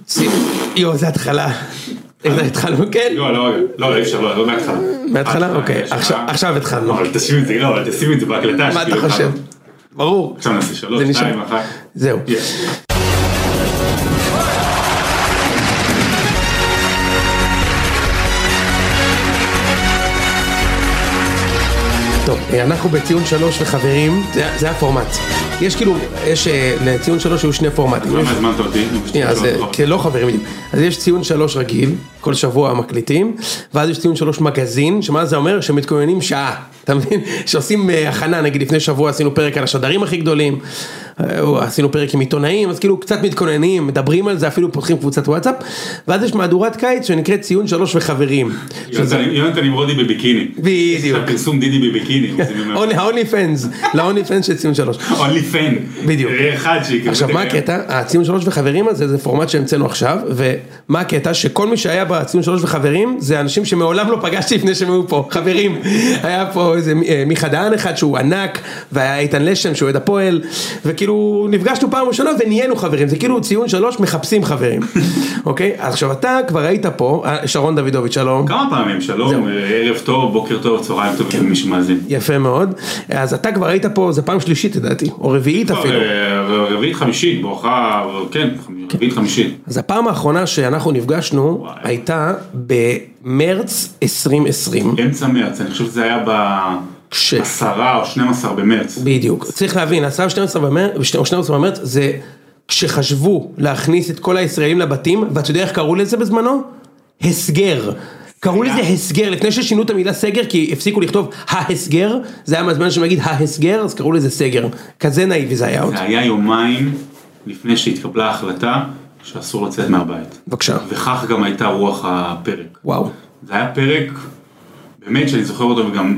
זה התחלה. התחלנו, כן? לא, אפשר, לא מההתחלה. מההתחלה? אוקיי, עכשיו התחלנו. אבל תשים את זה בהקלטה. מה אתה חושב? ברור. עכשיו נעשה 3, 2, 1. זהו. טוב, אנחנו בציון 3 וחברים, זה הפורמט. יש כאילו, לציון 3 היו שני פורמטים. למה הזמנת אותי? שנייה, כי לא חברים. אז יש ציון 3 רגיל, כל שבוע מקליטים, ואז יש ציון 3 מגזין, שמה זה אומר? שמתכוננים שעה, אתה מבין? שעושים הכנה, נגיד לפני שבוע עשינו פרק על השדרים הכי גדולים, עשינו פרק עם עיתונאים, אז כאילו קצת מתכוננים, מדברים על זה, אפילו פותחים קבוצת וואטסאפ, ואז יש מהדורת קיץ שנקראת ציון 3 וחברים. יונתן נמרודי בביקיני. בדיוק. פרסום דידי בביקיני. ה-only fans, ל-only fans של ציון 3. only fan. בדיוק. עכשיו מה הקטע? הציון 3 וחברים הזה, זה פורמט שהמצאנו עכשיו, ומה הקטע? שכל מי שהיה בציון 3 וחברים, זה אנשים שמעולם לא פגשתי לפני שהם היו פה, חברים. היה פה איזה מיכה דהן אחד שהוא ענק, והיה איתן לשם שהוא עד הפועל, וכאילו נפגשנו פעם ראשונה ונהיינו חברים, זה כאילו ציון 3 מחפשים חברים. אוקיי? אז עכשיו אתה כבר היית פה, שרון דוידוביץ', שלום. כמה פעמים, שלום, ערב טוב, בוקר טוב, צהריים טוב, מי שמאזין. יפה מאוד. אז אתה כבר היית פה, זה פעם שלישית לדעתי, או רביעית אפילו. רביעית חמישית, ברוכה, כן, רביעית חמישית. אז הפעם האחרונה שאנחנו נפגשנו, הייתה במרץ 2020. אמצע מרץ, אני חושב שזה היה ב10 או 12 במרץ. בדיוק, צריך להבין, 12 במרץ זה כשחשבו להכניס את כל הישראלים לבתים, ואתה יודע איך קראו לזה בזמנו? הסגר. קראו לזה הסגר, לפני ששינו את המילה סגר, כי הפסיקו לכתוב ההסגר, זה היה מהזמן שמגיד ההסגר, אז קראו לזה סגר. כזה נאיבי זה היה עוד. זה היה יומיים לפני שהתקבלה ההחלטה שאסור לצאת מהבית. בבקשה. וכך גם הייתה רוח הפרק. וואו. זה היה פרק, באמת שאני זוכר אותו וגם,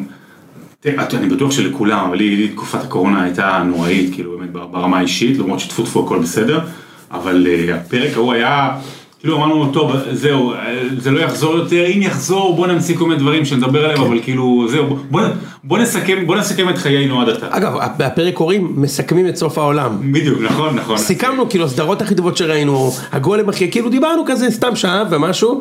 אני בטוח שלכולם, אבל לי תקופת הקורונה הייתה נוראית, כאילו באמת ברמה האישית, למרות שטפו הכל בסדר, אבל הפרק ההוא היה, כאילו אמרנו, טוב, זהו, זה לא יחזור יותר, אם יחזור, בוא נמציא כל מיני דברים שנדבר עליהם, אבל כאילו, זהו, בוא נסכם את חיינו עד עתה. אגב, בפרק קוראים, מסכמים את סוף העולם. בדיוק, נכון. סיכמנו, כאילו, הסדרות הכי טובות שראינו, הגולם הכי, כאילו, דיברנו כזה סתם שעה ומשהו,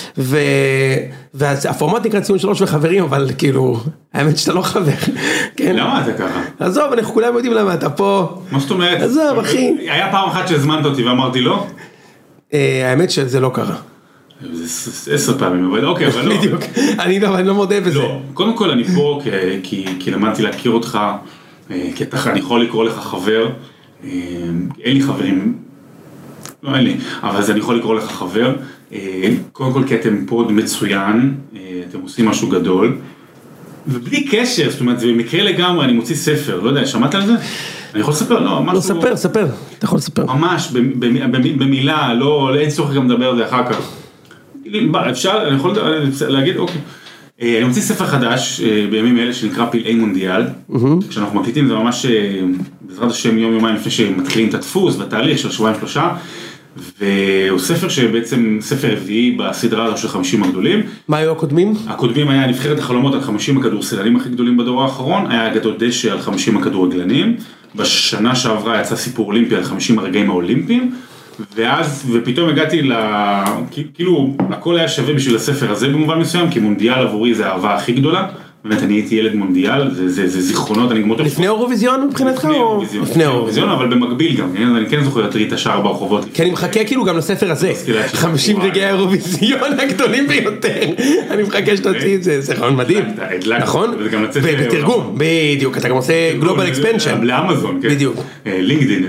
והפורמט נקרא ציון 3 וחברים, אבל כאילו, האמת שאתה לא חבר. למה אתה ככה? עזוב, אנחנו כולם יודעים למה אתה פה. מה זאת אומרת? עזוב, אחי. היה פעם אחת שהזמנת אותי ואמרתי לא? האמת שזה לא קרה. זה 10 פעמים, אבל אוקיי, אבל לא. בדיוק, אני לא מודה בזה. לא, קודם כל אני פה כי למדתי להכיר אותך, כי אני יכול לקרוא לך חבר, אין לי חברים, לא אין לי, אבל אז אני יכול לקרוא לך חבר, קודם כל כי אתם פוד מצוין, אתם עושים משהו גדול, ובלי קשר, זאת אומרת, זה במקרה לגמרי, אני מוציא ספר, לא יודע, שמעת על זה? אני יכול לספר, לא, משהו... לא, ספר, אתה יכול לספר. ממש, במילה, לא, אין צורך גם לדבר על זה אחר כך. אפשר, אני יכול להגיד, אוקיי. אני מוציא ספר חדש בימים אלה שנקרא פלאי מונדיאל, כשאנחנו מקליטים זה ממש בעזרת השם יום-יומיים לפני שמתחילים את הדפוס והתהליך של 2-3, והוא ספר שבעצם ספר רביעי בסדרה הזו של 50 הגדולים. מה היו הקודמים? הקודמים היה נבחרת החלומות על 50 הכדורסלנים הכי גדולים בדור האחרון, היה אגדות דשא על 50 הכדורגלנים, בשנה שעברה יצא סיפור אולימפי על 50 הרגעים האולימפיים, ופתאום הגעתי כאילו, הכל היה שווה בשביל הספר הזה במובן מסוים, כי מונדיאל עבורי זה האהבה הכי גדולה, באמת אני הייתי ילד מונדיאל, זה זיכרונות, אני גמור... לפני אירוויזיון מבחינתך או? לפני אירוויזיון, אבל במקביל גם, אני כן זוכר את ריטה שער ברחובות. כי אני מחכה כאילו גם לספר הזה, 50 רגעי האירוויזיון הגדולים ביותר, אני מחכה שתוציא את זה, זה חלון מדהים, נכון? ובתרגום, בדיוק, אתה גם עושה גלובל אקספנשן. לאמזון, כן. בדיוק. לינקדין.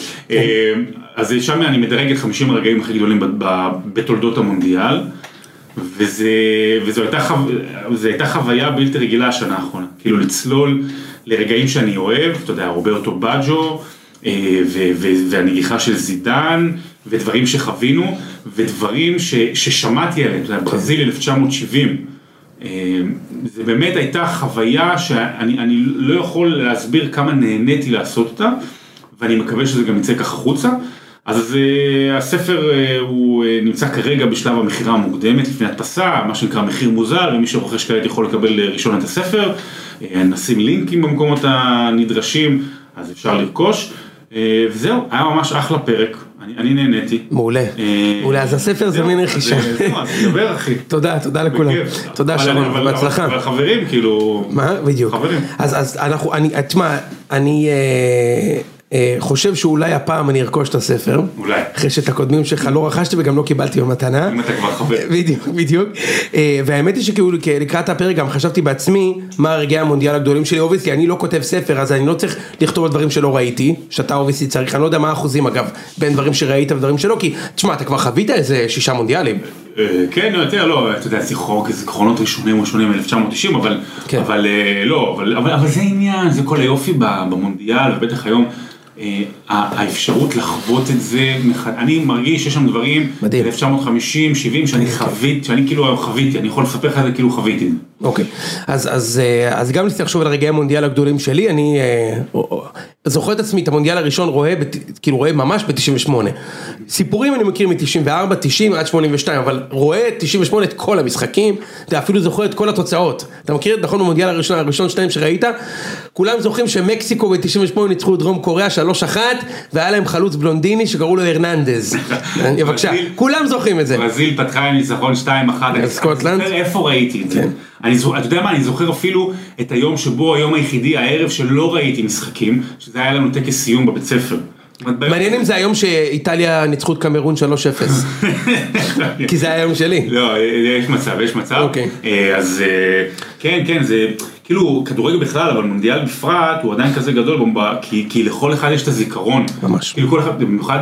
אז שם אני מדרג את 50 הרגעים הכי גדולים בתולדות המונדיאל, וזו הייתה חוויה בלתי רגילה השנה האחרונה, כאילו לצלול לרגעים שאני אוהב, אתה יודע, רוברטו בג'ו, והנגיחה של זידן, ודברים שחווינו, ודברים ששמעתי עליהם, זה היה ברזיל 1970, זה באמת הייתה חוויה שאני לא יכול להסביר כמה נהניתי לעשות אותה, ואני מקווה שזה גם יצא ככה חוצה. אז הספר הוא נמצא כרגע בשלב המחירה המוקדמת לפני הדפסה, מה שנקרא מחיר מוזל, ומי שרוכש כעת יכול לקבל ראשון את הספר, נשים לינקים במקומות הנדרשים, אז אפשר לרכוש, וזהו, היה ממש אחלה פרק, אני נהניתי. מעולה, מעולה, אז הספר זה מין רכישה. זה דבר אחי. תודה לכולם. תודה שרון, בהצלחה. אבל חברים כאילו... מה? בדיוק. חברים. אז תשמע, אני חושב שאולי הפעם אני ארכוש את הספר. אולי. אחרי שאת הקודמים שלך לא רכשתי וגם לא קיבלתי במתנה. אם אתה כבר חבר. בדיוק. והאמת היא שכאילו לקראת הפרק גם חשבתי בעצמי מה הרגעי המונדיאל הגדולים שלי. אובייסלי, אני לא כותב ספר, אז אני לא צריך לכתוב על דברים שלא ראיתי, שאתה אובייסלי צריך, אני לא יודע מה האחוזים אגב, בין דברים שראית ודברים שלא, כי תשמע, אתה כבר חווית איזה 6 מונדיאלים. כן, יותר, לא, אתה יודע, זיכרונות ראשונים מ-1990, אבל לא, אבל זה עניין, זה כל היופי במונדיאל, ובטח היום, האפשרות לחוות את זה, אני מרגיש שיש שם דברים, 1950, 70, שאני כאילו חוויתי, אני יכול לספר לך את זה כאילו חוויתי. אוקיי, אז גם ניסיתי לחשוב על הרגעי המונדיאל הגדולים שלי, אני זוכר את עצמי את המונדיאל הראשון רואה ממש ב-98, סיפורים אני מכיר מ-94, 90 עד 82, אבל רואה 98 את כל המשחקים, אתה אפילו זוכר את כל התוצאות, אתה מכיר את נכון במונדיאל הראשון 2 שראית, כולם זוכרים שמקסיקו ב-98 ניצחו את דרום קוריאה 3-1, והיה להם חלוץ בלונדיני שקראו לו הרננדז, בבקשה, כולם זוכרים את זה. ברזיל פתחה עם ניצחון 2-1, סקוטלנד. איפה ראיתי את זה? אתה יודע מה, אני זוכר אפילו את היום שבו, היום היחידי, הערב שלא ראיתי משחקים, שזה היה לנו טקס סיום בבית ספר. מעניין אם זה היום שאיטליה ניצחו את קמרון 3-0, כי זה היום שלי. לא, יש מצב. אז כן, זה כאילו כדורגל בכלל, אבל מונדיאל בפרט הוא עדיין כזה גדול, כי לכל אחד יש את הזיכרון. ממש. כאילו כל אחד, במיוחד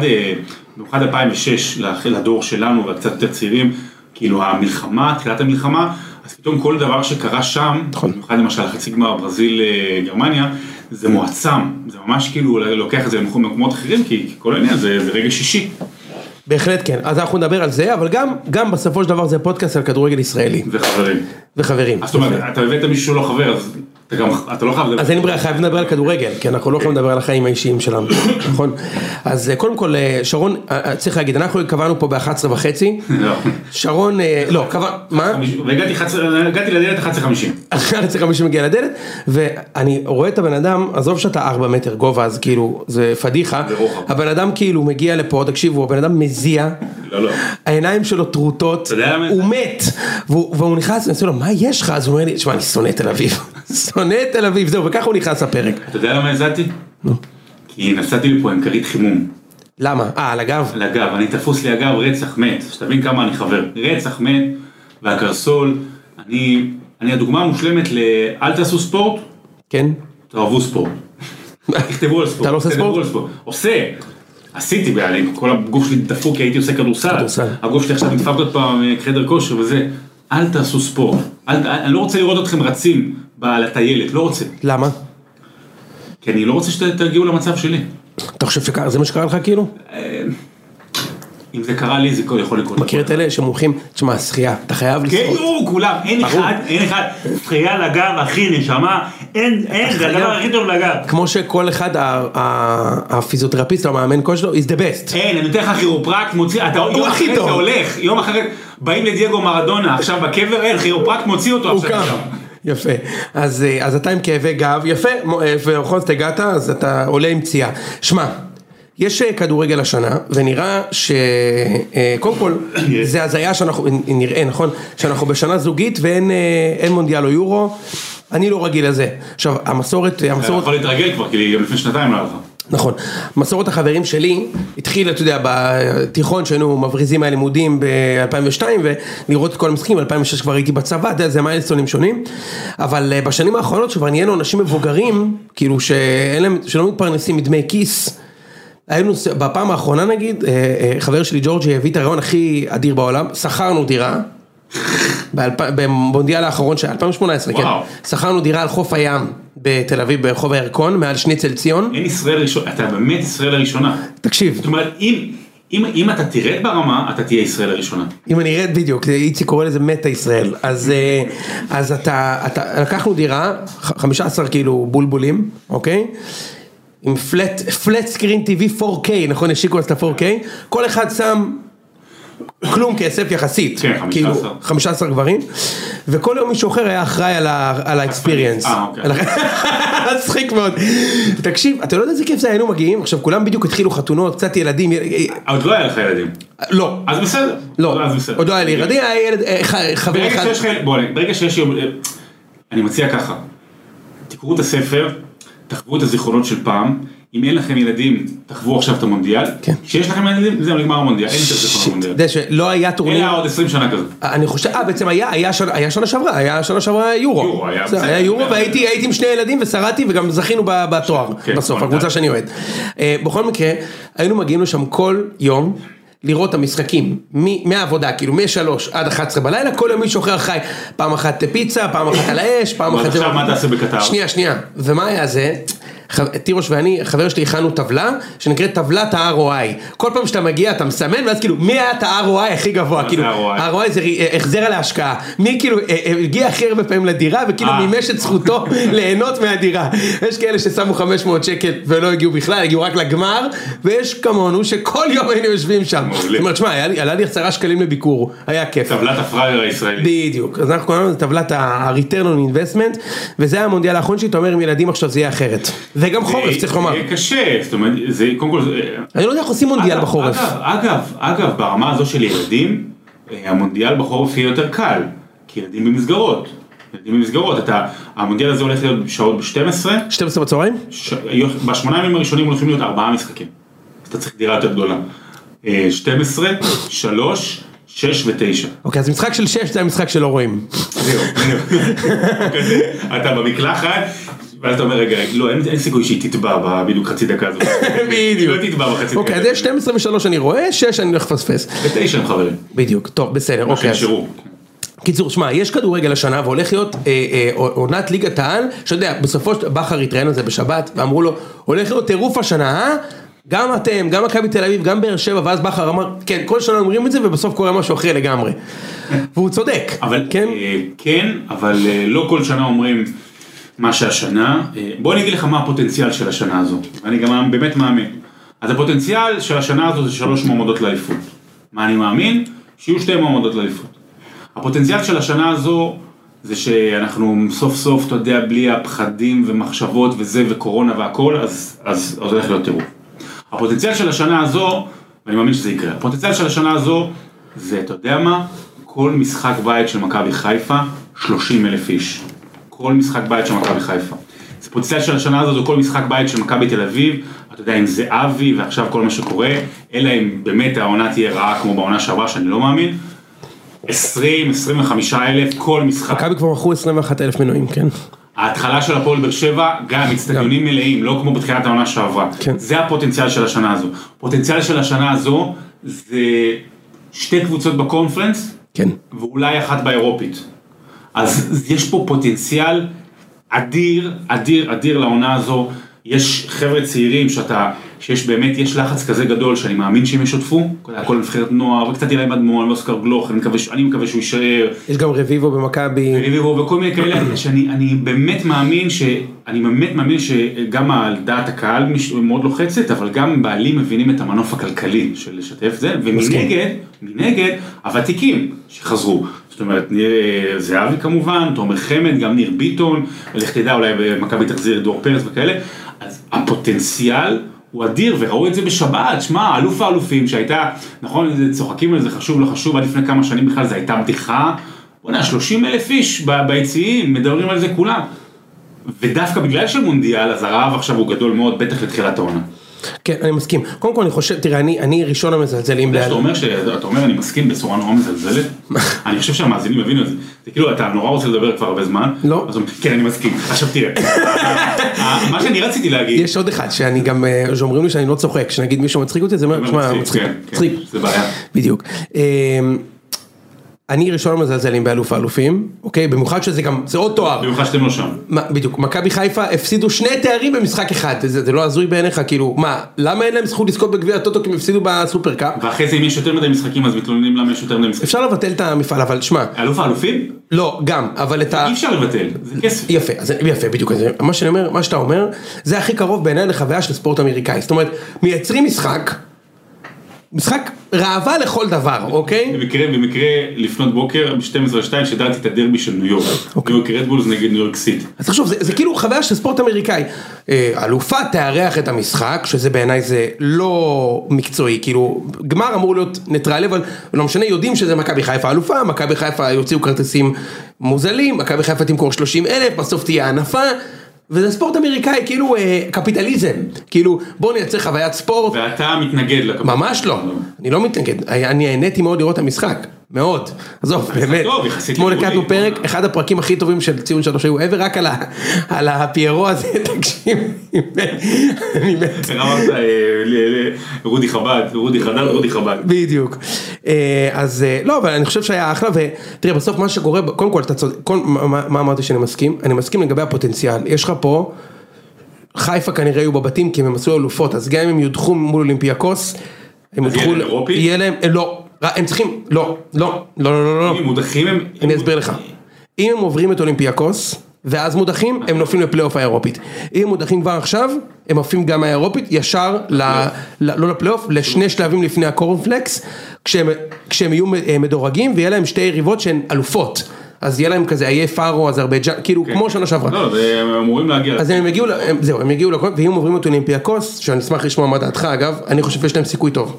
2006, לדור שלנו והקצת יותר צעירים, כאילו המלחמה, תחילת המלחמה, אז פתאום כל דבר שקרה שם, במיוחד למשל החצי גמר ברזיל גרמניה, זה מועצם, זה ממש כאילו לוקח את זה למקומות אחרים, כי כל העניין זה רגע שישי. בהחלט כן, אז אנחנו נדבר על זה, אבל גם בסופו של דבר זה פודקאסט על כדורגל ישראלי. וחברים. אז זאת אומרת, אתה הבאת מישהו שלא חבר, אז אתה לא חייב... אז אין ברירה, חייב לדבר על כדורגל, כי אנחנו לא יכולים לדבר על החיים האישיים שלנו, נכון? אז קודם כל, שרון, צריך להגיד, אנחנו קבענו פה ב-11:30, שרון, לא, מה? והגעתי לדלת 11:50. 11:50 מגיע לדלת, ואני רואה את הבן אדם, עזוב שאתה 4 מטר גובה, אז כאילו, זה פדיחה, הבן אדם כאילו מגיע לפה, תקשיבו, הבן אדם מזיע, העיניים שלו טרוטות, הוא מת, והוא נכנס, אני עושה לו, מה יש לך? אז הוא אומר לי, תשמע, אני שונא תל אביב. שונא תל אביב, זהו, וככה הוא נכנס לפרק. אתה יודע למה יזעתי? כי נסעתי לי פה עם כרית חימום. למה? על הגב? על הגב, אני תפוס לי הגב רצח מת, שתבין כמה אני חבר. רצח מת, והקרסול, אני הדוגמה המושלמת לאל תעשו ספורט, כן. תאהבו ספורט. תכתבו על ספורט. אתה לא עושה ספורט? עושה. עשיתי בעלים, כל הגוף שלי דפוק כי הייתי עושה כדורסל. הגוף שלי עכשיו נדפק עוד פעם חדר כושר וזה. אל תעשו ספורט. אני לא רוצה לראות אתכם רצים על הטיילת, לא רוצה. למה? כי אני לא רוצה שתגיעו למצב שלי. אתה חושב שזה מה שקרה לך כאילו? אם זה קרה לי, זה יכול לקרות. מכיר את אלה שמומחים, תשמע, שחייה, אתה חייב לשחות. כן, כולם, אין אחד, שחייה לגב, אחי, נשמה, אין, זה הדבר הכי טוב לגב. כמו שכל אחד, הפיזיותרפיסט, המאמן כושר, is the best. אין, אני נותן לך כירופרקט, מוציא, יום אחרי אתה הולך, יום אחרי, באים לדייגו מרדונה, עכשיו בקבר, אין, כירופרקט מוציא אותו עכשיו. יפה, אז אתה עם כאבי גב, יפה, ואוכלוס תגעת, אז אתה עולה עם פציעה. שמע, יש כדורגל השנה, ונראה שקודם כל, זה הזיה שאנחנו, נראה, נכון, שאנחנו בשנה זוגית, ואין מונדיאל או יורו, אני לא רגיל לזה. עכשיו, המסורת... אתה יכול להתרגל כבר, כי גם לפני שנתיים לא הלכה. נכון, מסורת החברים שלי התחילה, אתה יודע, בתיכון שהיינו מבריזים מהלימודים ב-2002 ולראות את כל המשחקים, ב-2006 כבר הייתי בצבא, זה מיילסטונים שונים, אבל בשנים האחרונות שכבר נהיינו אנשים מבוגרים, כאילו שלא מתפרנסים מדמי כיס, היינו, בפעם האחרונה נגיד, חבר שלי ג'ורג'י הביא את הרעיון הכי אדיר בעולם, שכרנו דירה, במונדיאל האחרון של 2018, כן, שכרנו דירה על חוף הים בתל אביב, ברחוב הירקון, מעל שניצל ציון. אין ישראל ראשונה, אתה באמת ישראל הראשונה. תקשיב. זאת אומרת, אם אתה תרד ברמה, אתה תהיה ישראל הראשונה. אם אני ארד בדיוק, איצי קורא לזה מטה ישראל. אז לקחנו דירה, 15 כאילו בולבולים, אוקיי? עם flat screen TV 4K, נכון, השיקו את ה-4K, כל אחד שם כלום כסף יחסית, כן, 15. 15 גברים, וכל יום מישהו אחר היה אחראי על האקספיריאנס. מצחיק מאוד. תקשיב, אתה לא יודע איזה כיף זה היינו מגיעים, עכשיו כולם בדיוק התחילו חתונות, קצת ילדים. עוד לא היה לך ילדים. לא. אז בסדר. לא, עוד לא היה לי ילדים, היה ילד, חבר אחד. ברגע שיש יום, אני מציע ככה, תקראו את הספר, תחוו את הזיכרונות של פעם, אם אין לכם ילדים, תחוו עכשיו את המונדיאל, כשיש לכם ילדים, זהו, נגמר המונדיאל, אין את הזיכרון המונדיאל. אתה יודע שלא היה טורניר. היה עוד 20 שנה כזה. אני חושב, בעצם היה שנה שעברה יורו. היה יורו, והייתי עם שני ילדים ושרדתי, וגם זכינו בתואר, בסוף, הקבוצה שאני אוהד. בכל מקרה, היינו מגיעים לשם כל יום, לראות את המשחקים, מהעבודה, כאילו, מ-3 עד 11 בלילה, כל יום מישהו אחר חי, פעם אחת פיצה, פעם אחת על האש, פעם אחת... עכשיו מה תעשה בקטר? שנייה, ומה היה זה? תירוש ואני, החבר שלי, הכנו טבלה, שנקראת טבלת ה-ROI. כל פעם שאתה מגיע, אתה מסמן, ואז כאילו, מי היה את ה-ROI הכי גבוה? כאילו, ה-ROI זה החזר על ההשקעה. מי כאילו, הגיע הכי הרבה פעמים לדירה, וכאילו מימש את זכותו ליהנות מהדירה. יש כאלה ששמו 500 שקל ולא הגיעו בכלל, הגיעו רק לגמר, ויש כמונו שכל יום היינו יושבים שם. זאת אומרת, שמה, עלה לי 10 שקלים לביקור, היה כיף. טבלת הפראייר הישראלי. בדיוק. אז אנחנו קוראים לזה טבלת ה-return on investment, וזה היה המונדיאל האחרון שלי, אתה אומר עם ילדים עכשיו זה יהיה אחרת. וגם חורף, צריך לומר. זה קשה, זאת אומרת, זה קודם כל... אני לא יודע איך עושים מונדיאל בחורף. אגב, ברמה הזו של ילדים, המונדיאל בחורף יהיה יותר קל, כי ילדים במסגרות. המונדיאל הזה הולך להיות שעות ב-12. 12 בצהריים? ב8 ימים הראשונים הולכים להיות 4 משחקים. אז אתה צריך דירה יותר גדולה. 12, 3, 6 ו9. אוקיי, אז משחק של 6 זה המשחק שלא רואים. זהו. אתה במקלחת, ואז אתה אומר, רגע, לא, אין סיכוי שהיא תטבע בדיוק חצי דקה הזאת. בדיוק. לא תטבע בחצי דקה. אוקיי, אז 12 ו3 אני רואה, 6 אני הולך לפספס. ו9 הם חברים. בדיוק, טוב, בסדר, אוקיי. קיצור, שמע, יש כדורגל השנה, והולך להיות עונת ליגת העל, שאתה יודע, בסופו של בכר התראיין על זה בשבת, ואמרו לו, הולך להיות טירוף השנה, גם אתם, גם מכבי תל אביב, גם באר שבע, ואז בכר אמר, כן, כל שנה אומרים את זה, ובסוף קורה משהו אחר לגמרי. והוא צודק. כן, אבל לא כל שנה אומרים מה שהשנה. בוא אני אגיד לך מה הפוטנציאל של השנה הזו. אני גם באמת מאמין. אז הפוטנציאל של השנה הזו זה 3 מועמדות לאליפות. מה אני מאמין? שיהיו 2 מועמדות לאליפות. הפוטנציאל של השנה הזו זה שאנחנו סוף סוף, אתה יודע, בלי הפחדים ומחשבות וזה וקורונה והכל, אז הולך להיות טירוף. הפוטנציאל של השנה הזו, ואני מאמין שזה יקרה, הפוטנציאל של השנה הזו זה, אתה יודע מה? כל משחק בית של מכבי חיפה, 30,000 איש. כל משחק בית של מכבי חיפה. זה פוטנציאל של השנה הזו, זה כל משחק בית של מכבי תל אביב, אתה יודע, אם זה אבי ועכשיו כל מה שקורה, אלא אם באמת העונה תהיה רעה כמו בעונה שעברה, שאני לא מאמין, 20,000-25,000 כל משחק. מכבי כבר מכרו 21,000 מנויים, כן. ההתחלה של הפועל באר שבע, גם אצטדיונים מלאים, לא כמו בתחילת העונה שעברה. זה הפוטנציאל של השנה הזו. הפוטנציאל של השנה הזו זה 2 קבוצות בקונפרנס, ואולי 1 באירופית. אז יש פה פוטנציאל אדיר לעונה הזו. יש חבר'ה צעירים שיש באמת, יש לחץ כזה גדול שאני מאמין שהם ישותפו, הכל נבחרת נוער, וקצת יראה מדמון, ואוסקר גלוך, אני מקווה שהוא יישאר. יש גם רביבו במכבי. רביבו וכל מיני כאלה, שאני באמת מאמין שגם על דעת הקהל מאוד לוחצת, אבל גם בעלים מבינים את המנוף הכלכלי של לשתף זה, ומנגד, הוותיקים שחזרו. זאת אומרת, זהבי כמובן, תומר חמד, גם ניר ביטון, לך תדע, אולי במכבי תחזיר דור פרץ וכאלה, אז הפוטנציאל הוא אדיר, וראו את זה בשבת, שמה, אלוף האלופים שהייתה, נכון, צוחקים על זה, חשוב, לא חשוב, עד לפני כמה שנים בכלל, זה הייתה בדיחה, 30,000 איש ביציעים, מדברים על זה כולם, ודווקא בגלל שמונדיאל, אז הרעב עכשיו הוא גדול מאוד, בטח לתחילת העונה. כן, אני מסכים. קודם כל אני חושב, תראה, אני ראשון המזלזלים. אתה אומר, אני מסכים בצורה נורא מזלזלת? אני חושב שהמאזינים מבינו את זה. זה כאילו, אתה נורא רוצה לדבר כבר הרבה זמן. לא. כן, אני מסכים. עכשיו תראה. מה שאני רציתי להגיד... יש עוד אחד, שאני גם, שאומרים לי שאני לא צוחק, שנגיד מישהו מצחיק אותי, זה אומר, שמה, מצחיק. זה בעיה. בדיוק. אני ראשון המזלזלים באלוף האלופים, אוקיי? במיוחד שזה גם, זה עוד תואר. במיוחד שאתם לא שם. בדיוק, מכבי חיפה הפסידו 2 תארים במשחק אחד, זה לא עזוי בעיניך, כאילו, מה, למה אין להם זכות לזכות בגביע הטוטו כי הם הפסידו בסופרקאפ? ואחרי זה אם יש יותר מדי משחקים, אז מתלוננים למה יש יותר מדי משחקים. אפשר לבטל את המפעל, אבל שמע. אלוף האלופים? לא, גם, אבל את ה... אי אפשר לבטל, זה כסף. יפה, בדיוק, מה שאני אומר, מה שאתה אומר, זה הכי קרוב בעיניי לחוויה של ספורט אמריקאי, זאת אומרת, מייצרים משחק משחק ראווה לכל דבר, אוקיי? במקרה לפנות בוקר, ב-12:02 שדרתי את הדרבי של ניו יורק. ניו יורק רדבולס נגד ניו יורק סיטי. אז תחשוב, זה כאילו חוויה של ספורט אמריקאי. אלופה תארח את המשחק, שזה בעיניי זה לא מקצועי, כאילו, גמר אמור להיות ניטרלי, אבל לא משנה, יודעים שזה מכבי חיפה אלופה, מכבי חיפה יוציאו כרטיסים מוזלים, מכבי חיפה תמכור 30,000, בסוף תהיה ענפה, וזה ספורט אמריקאי, כאילו קפיטליזם, כאילו בוא נייצר חוויית ספורט. ואתה מתנגד לקפיטליזם. ממש לא, אני לא מתנגד, אני נהניתי מאוד לראות את המשחק, מאוד, עזוב, באמת, אתמול הקלטנו פרק, אחד הפרקים הכי טובים של ציון 3 היו ever, רק על הפיירו הזה, תקשיב, אני מת. אמרת, רודי חב"ד. בדיוק, אז לא, אבל אני חושב שהיה אחלה, ותראה, בסוף מה שקורה, קודם כל, מה אמרתי שאני מסכים? אני מסכים לגבי הפוטנציאל, יש לך פה, חיפה כנראה יהיו בבתים, כי הם עשו אלופות, אז גם אם הם יודחו מול אולימפיאקוס, הם יודחו, יהיה להם, לא, הם צריכים, לא. אם הם מודחים הם... אני אסביר לך. אם הם עוברים את אולימפיאקוס, ואז מודחים, הם נופלים לפלייאוף האירופית. אם הם מודחים כבר עכשיו, הם נופלים גם האירופית, ישר, לא לפלייאוף, לשני שלבים לפני הקורנפלקס, כשהם יהיו מדורגים, ויהיה להם שתי יריבות שהן אלופות. אז יהיה להם כזה, איה פארו, אזרבייג'אן, כאילו, כמו שנה שעברה. לא, הם אמורים להגיע. אז הם יגיעו לכל, ואם עוברים את אולימפיאקוס, שאני אשמח לשמוע מה דעתך, אגב, אני חושב שיש להם סיכוי טוב.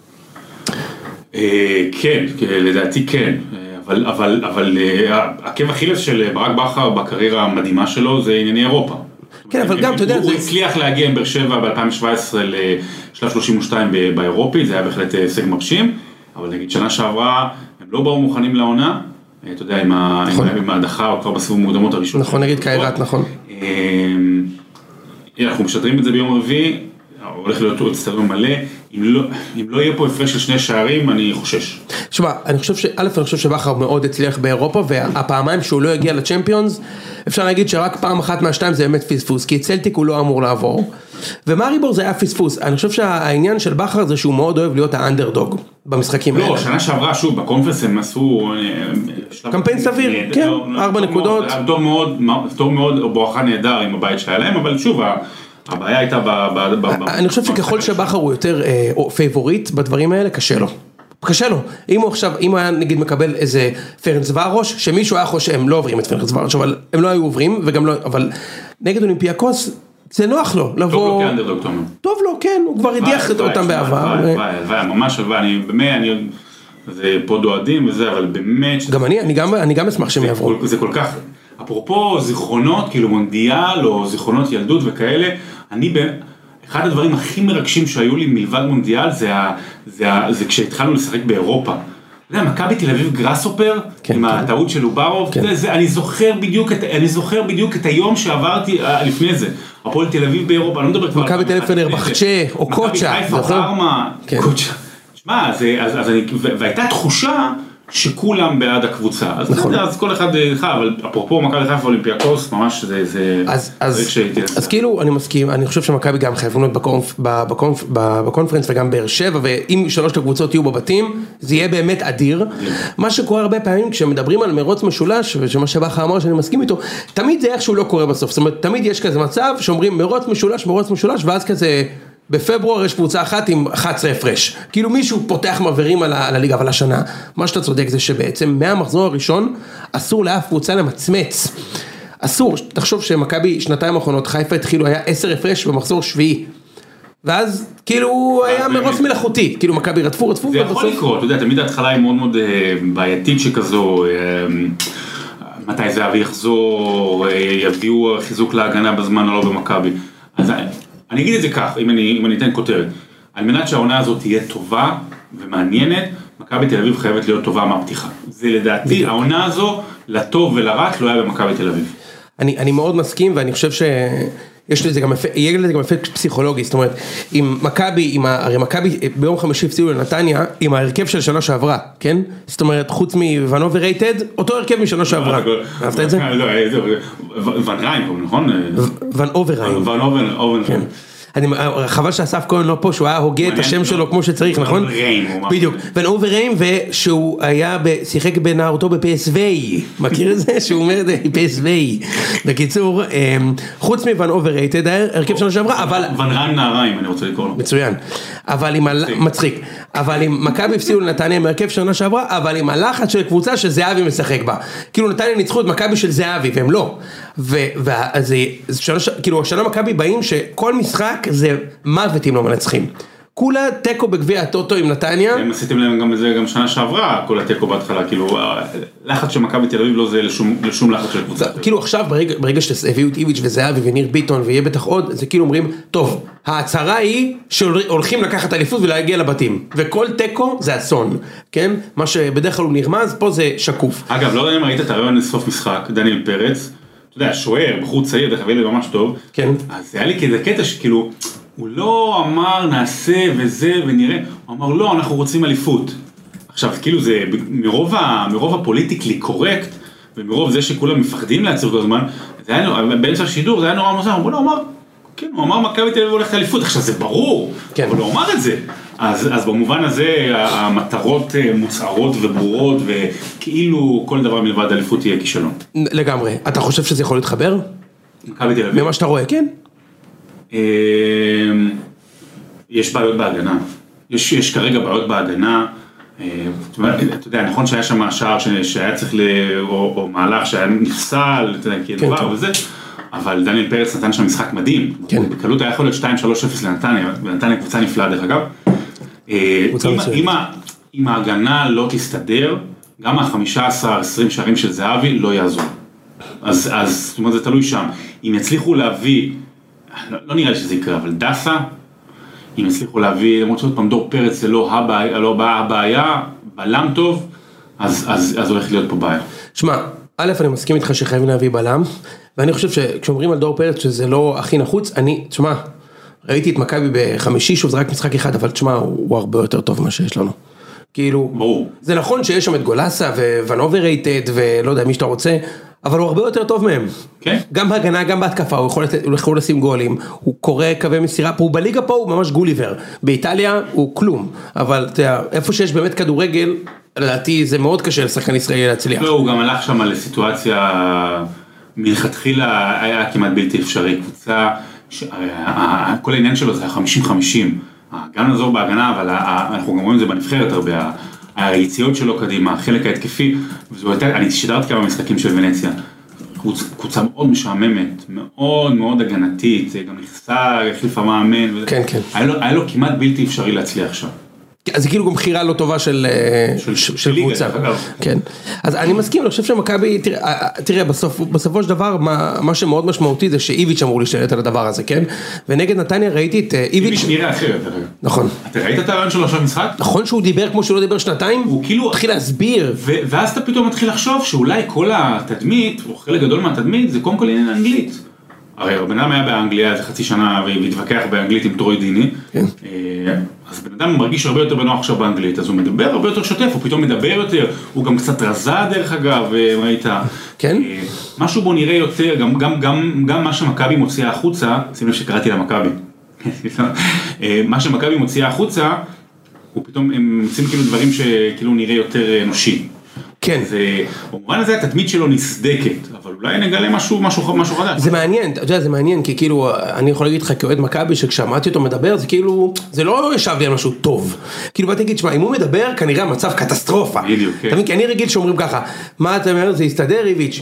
כן, לדעתי כן, אבל עקב אכילס של ברק בכר בקריירה המדהימה שלו זה ענייני אירופה. כן, אבל גם, אתה יודע, הוא הצליח להגיע עם באר שבע ב-2017 לשלב 32 באירופי, זה היה בהחלט הישג מרשים, אבל נגיד שנה שעברה הם לא באו מוכנים לעונה, אתה יודע, עם ההדחה או כבר בסיבוב מוקדמות הראשון. נכון, נגיד קיירת, נכון. אנחנו משדרים את זה ביום רביעי, הולך להיות עוד סטדיון מלא, אם לא יהיה פה הפרש של 2 שערים, אני חושש. תשמע, אני חושב שבכר מאוד הצליח באירופה, והפעמיים שהוא לא הגיע לצ'מפיונס, אפשר להגיד שרק פעם אחת מהשתיים זה באמת פספוס, כי צלטיק הוא לא אמור לעבור, ומאריבור זה היה פספוס. אני חושב שהעניין של בכר זה שהוא מאוד אוהב להיות האנדרדוג במשחקים האלה. לא, שנה שעברה, שוב, בקונפרנס הם עשו... קמפיין סביר, כן, 4 נקודות. טוב מאוד, בואכה נהדר עם הבית שהיה להם, אבל שוב, הבעיה הייתה אני חושב שככל שבכר הוא יותר פייבוריט בדברים האלה, קשה לו. אם הוא היה נגיד מקבל איזה פרנס ורוש, שמישהו היה חושב, הם לא עוברים את פרנס ורוש, אבל הם לא היו עוברים, וגם לא, אבל נגד אולימפיאקוס, זה נוח לו, לבוא... טוב לו כאנדרדוג, תומר. טוב לו, כן, הוא כבר הדיח אותם בעבר. הלוואי, ממש הלוואי, זה פה דועדים וזה, אבל באמת... גם אני גם אשמח שהם יעברו. זה כל כך... אפרופו זיכרונות, כאילו מונדיאל או זיכרונות ילדות וכאלה, אחד הדברים הכי מרגשים שהיו לי מלבד מונדיאל זה כשהתחלנו לשחק באירופה. אתה יודע, מכבי תל אביב גראסופר, עם הטעות של אוברוב, אני זוכר בדיוק את היום שעברתי לפני זה. הפועל תל אביב באירופה, אני לא מדבר כבר... מכבי תל אביב פנרבחצ'ה או קוצ'ה. מכבי חיפה, פארמה, קוצ'ה. שמע, והייתה תחושה שכולם בעד הקבוצה, אז כל אחד, אבל אפרופו מכבי חיפה אולימפיאקוס, ממש זה... אז כאילו, אני מסכים, אני חושב שמכבי גם חייבים להיות בקונפרנס וגם באר שבע, ואם 3 הקבוצות יהיו בבתים, זה יהיה באמת אדיר. מה שקורה הרבה פעמים, כשמדברים על מרוץ משולש, ושמה שבכר אמר שאני מסכים איתו, תמיד זה איכשהו לא קורה בסוף, זאת אומרת, תמיד יש כזה מצב, שאומרים מרוץ משולש, ואז כזה... בפברואר יש קבוצה אחת עם 11 הפרש, כאילו מישהו פותח מעברים על הליגה, אבל השנה, מה שאתה צודק זה שבעצם מהמחזור הראשון, אסור לאף קבוצה למצמץ, אסור, תחשוב שמכבי שנתיים האחרונות, חיפה התחילו, היה 10 הפרש במחזור שביעי, ואז כאילו היה מרוץ מלאכותי, כאילו מכבי רדפו, זה יכול לקרות, אתה יודע, תמיד ההתחלה היא מאוד מאוד בעייתית שכזו, מתי זה אבי יחזור, יביאו חיזוק להגנה בזמן או לא במכבי, אז אני אגיד את זה כך, אם אני אתן כותרת, על מנת שהעונה הזאת תהיה טובה ומעניינת, מכבי תל אביב חייבת להיות טובה מהפתיחה. זה לדעתי, העונה הזו, לטוב ולרע, לא היה במכבי תל אביב. אני מאוד מסכים, ואני חושב שיש לזה גם אפקט פסיכולוגי, זאת אומרת, אם מכבי, הרי מכבי ביום חמישי הפסידו לנתניה, עם ההרכב של שנה שעברה, כן? זאת אומרת, חוץ מוון אוברייטד, אותו הרכב משנה שעברה. אהבת את זה? ון ריין, נכון? ון אוברריין. ון אוברריין. חבל שאסף כהן לא פה, שהוא היה הוגה את השם שלו כמו שצריך, נכון? בדיוק, ון אוברריין, ושהוא היה שיחק בנערותו בפסווי, מכיר את זה? שהוא אומר פסווי. בקיצור, חוץ מוון אוברייטד, הרכב שלנו שעברה, אבל... ון ריין נעריים, אני רוצה לקרוא לו. מצוין, אבל מצחיק, אבל אם מכבי הפסידו לנתניה מהרכב שנה שעברה, אבל עם הלחץ של קבוצה שזהבי משחק בה. כאילו נתניה ניצחו את מכבי של זהבי, והם לא. כאילו השנה מכבי באים שכל משחק זה מוות אם לא מנצחים. כולה טקו בגביע הטוטו עם נתניה. הם עשיתם להם גם בזה גם שנה שעברה, כל הטקו בהתחלה, כאילו, לחץ של מכבי תל אביב לא זה לשום לחץ של קבוצה. כאילו עכשיו, ברגע שהביאו את איביץ' וזהבי וניר ביטון ויהיה בטח עוד, זה כאילו אומרים, טוב, ההצהרה היא שהולכים לקחת אליפות ולהגיע לבתים, וכל טקו זה אסון, כן? מה שבדרך כלל הוא נרמז, פה זה שקוף. אגב, לא יודע אם ראית את הרעיון לסוף משחק, דניאל פרץ, אתה יודע, שוער, בחור צעיר, דרך אגב, ממש טוב. כן. אז זה היה לי כזה קטע שכאילו, הוא לא אמר נעשה וזה ונראה, הוא אמר לא, אנחנו רוצים אליפות. עכשיו, כאילו זה מרוב הפוליטיקלי קורקט, ומרוב זה שכולם מפחדים להציר כל הזמן, זה היה, באמצע השידור זה היה נורא מוזר, הוא אמר, כן, הוא אמר מכבי תל אביב הולכת אליפות, עכשיו זה ברור, כן. אבל הוא אמר את זה. אז במובן הזה המטרות מוצהרות וברורות, וכאילו כל דבר מלבד אליפות יהיה כישלון. לגמרי. אתה חושב שזה יכול להתחבר? מכבי תל אביב. ממה שאתה רואה, כן? יש בעיות בהגנה, יש כרגע בעיות בהגנה, אתה יודע, נכון שהיה שם שער שהיה צריך, או מהלך שהיה נפסל, אתה יודע, כדבר וזה, אבל דניאל פרץ נתן שם משחק מדהים, בקלות היה יכול להיות 2-3-0 לנתניה, ונתניה קבוצה נפלאה דרך אגב, אם ההגנה לא תסתדר, גם ה-15-20 שערים של זהבי לא יעזור, אז זאת אומרת זה תלוי שם, אם יצליחו להביא, לא נראה לי שזה יקרה, אבל דסה, אם הצליחו להביא, למרות שעוד פעם דור פרץ זה לא הבעיה, בלם טוב, אז הולך להיות פה בעיה. שמע, א', אני מסכים איתך שחייבים להביא בלם, ואני חושב שכשאומרים על דור פרץ שזה לא הכי נחוץ, תשמע, ראיתי את מכבי בחמישי, שוב זה רק משחק אחד, אבל תשמע, הוא הרבה יותר טוב ממה שיש לנו. כאילו, ברור. זה נכון שיש שם את גולסה וואן אובררייטד ולא יודע מי שאתה רוצה, אבל הוא הרבה יותר טוב מהם. כן. גם בהגנה, גם בהתקפה, הוא יכול לשים גולים, הוא קורא קווי מסירה, הוא בליגה פה הוא ממש גוליבר, באיטליה הוא כלום, אבל אתה יודע, איפה שיש באמת כדורגל, לדעתי זה מאוד קשה לשחקן ישראלי להצליח. לא, הוא גם הלך שם לסיטואציה, מלכתחילה היה כמעט בלתי אפשרי, קבוצה, כל העניין שלו זה 50-50, גם נעזור בהגנה, אבל אנחנו גם רואים את זה בנבחרת הרבה, היציאות שלו קדימה, החלק ההתקפי, אני שידרתי כמה משחקים של ונציה, קבוצה מאוד משעממת, מאוד מאוד הגנתית, גם נכסה, החליפה מאמן, כן, כן. היה לו כמעט בלתי אפשרי להצליח שם. אז זה כאילו גם בחירה לא טובה של קבוצה. כן. אז אני מסכים, אני חושב שמכבי, תראה, בסופו של דבר, מה שמאוד משמעותי זה שאיביץ' אמור להשתלט על הדבר הזה, כן? ונגד נתניה ראיתי את איביץ' נראה אחרת. נכון. אתה ראית את הרעיון שלו עכשיו משחק? נכון שהוא דיבר כמו שהוא לא דיבר שנתיים? הוא כאילו התחיל להסביר. ואז אתה פתאום מתחיל לחשוב שאולי כל התדמית, או חלק גדול מהתדמית, זה קודם כל עניין אנגלית. הרי הבן אדם היה באנגליה איזה חצי שנה והתווכח באנגלית עם טרוי דיני, אז בן אדם מרגיש הרבה יותר בנוח עכשיו באנגלית, אז הוא מדבר הרבה יותר שוטף, הוא פתאום מדבר יותר, הוא גם קצת רזה דרך אגב, ראית, משהו בו נראה יותר, גם מה שמכבי מוציאה החוצה, שים לב שקראתי למכבי, מה שמכבי מוציאה החוצה, הוא פתאום, הם מוצאים כאילו דברים שכאילו נראה יותר אנושי. כן. במובן הזה התדמית שלו נסדקת, אבל אולי נגלה משהו חדש. זה מעניין, אתה יודע, זה מעניין, כי כאילו, אני יכול להגיד לך כאוהד מכבי, שכששמעתי אותו מדבר, זה כאילו, זה לא ישב לי על משהו טוב. כאילו, באתי להגיד, שמע, אם הוא מדבר, כנראה המצב קטסטרופה. בדיוק, כן. כי אני רגיל שאומרים ככה, מה אתה אומר, זה יסתדר, איביץ'?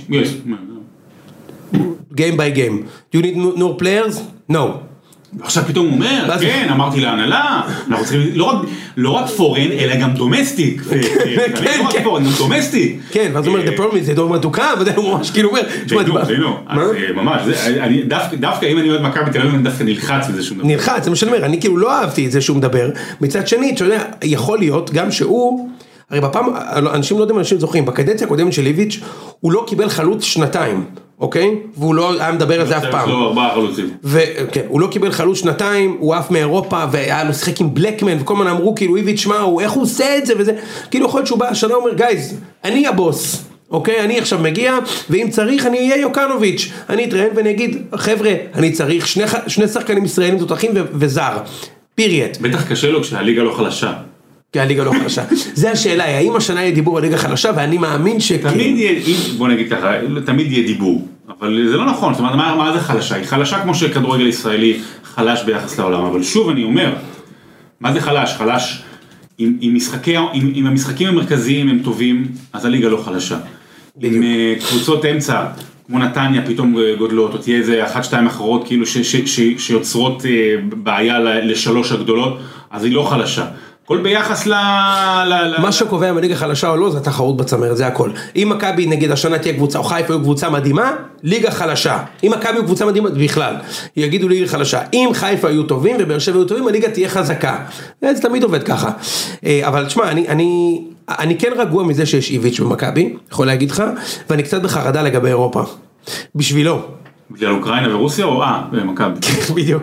Game by game. You need more players? No. ועכשיו פתאום הוא אומר, כן, אמרתי להנהלה, אנחנו צריכים לא רק פורן, אלא גם דומסטיק. לא רק פורן, גם דומסטיק. כן, ואז הוא אומר, the problem is, זה דור מתוקה, הוא ממש כאילו אומר, ממש, דווקא אם אני אוהד מכבי תל אביב, אני דווקא נלחץ מזה שהוא מדבר. נלחץ, זה מה שאני אומר, אני כאילו לא אהבתי את זה שהוא מדבר, מצד שני, אתה יודע, יכול להיות גם שהוא, הרי בפעם, אנשים לא יודעים, אנשים זוכרים, בקדנציה הקודמת של איביץ' הוא לא קיבל חלוץ שנתיים, אוקיי? והוא לא היה מדבר על זה אף פעם. יש לו 4 חלוצים. וכן, הוא לא קיבל חלוץ שנתיים, הוא עף מאירופה, והיה לו שחק עם בלקמן, וכל מה אמרו, כאילו, איביץ' מה, איך הוא עושה את זה וזה? כאילו, יכול להיות שהוא בא השנה, הוא אומר, גייז, אני הבוס, אוקיי? אני עכשיו מגיע, ואם צריך, אני אהיה יוקנוביץ'. אני אתראיין ואני אגיד, חבר'ה, אני צריך שני שחקנים ישראלים תותחים וזר. פיריט. בטח קשה לו כשהליגה לא חלשה. כי הליגה לא חלשה. זה השאלה, האם השנה יהיה דיבור על ליגה חלשה, ואני מאמין תמיד יהיה, בוא נגיד ככה, תמיד יהיה דיבור, אבל זה לא נכון, זאת אומרת, מה זה חלשה? היא חלשה כמו שכדורגל ישראלי חלש ביחס לעולם, אבל שוב אני אומר, מה זה חלש? חלש אם המשחקים המרכזיים הם טובים, אז הליגה לא חלשה. אם קבוצות אמצע, כמו נתניה, פתאום גודלות, או תהיה איזה 1-2 אחרות, כאילו שיוצרות בעיה לשלוש הגדולות, אז היא לא חלשה. הכל ביחס מה שקובע מליגה חלשה או לא, זה התחרות בצמרת, זה הכל. אם מכבי נגד השנה תהיה קבוצה, או חיפה יהיו קבוצה מדהימה, ליגה חלשה. אם מכבי יהיו קבוצה מדהימה, בכלל, יגידו ליגה חלשה. אם חיפה יהיו טובים ובאר שבע יהיו טובים, הליגה תהיה חזקה. זה תמיד עובד ככה. אבל תשמע, אני כן רגוע מזה שיש איביץ' במכבי, יכול להגיד לך, ואני קצת בחרדה לגבי אירופה. בשבילו. בגלל אוקראינה ורוסיה או במכבי? בדיוק.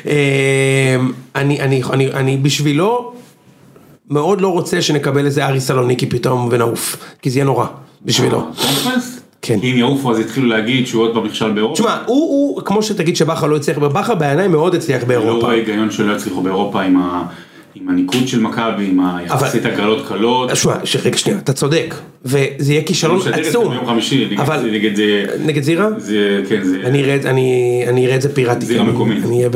אני בשבילו מאוד לא רוצה שנקבל איזה ארי סלוניקי פתאום ונעוף, כי זה יהיה נורא, בשבילו. כן. כי אם יעופו אז התחילו להגיד שהוא עוד במכשל באירופה. תשמע, הוא כמו שתגיד שבחר לא הצליח, בכר בעיניים מאוד הצליח באירופה. לא רואה היגיון שלא יצליחו באירופה עם הניקוד של מכבי, עם היחסית הגרלות קלות. רגע שנייה, אתה צודק, וזה יהיה כישלון עצום. ביום חמישי, נגד זירה? כן, זה... אני אראה את זה פיראטי. זירה מקומית.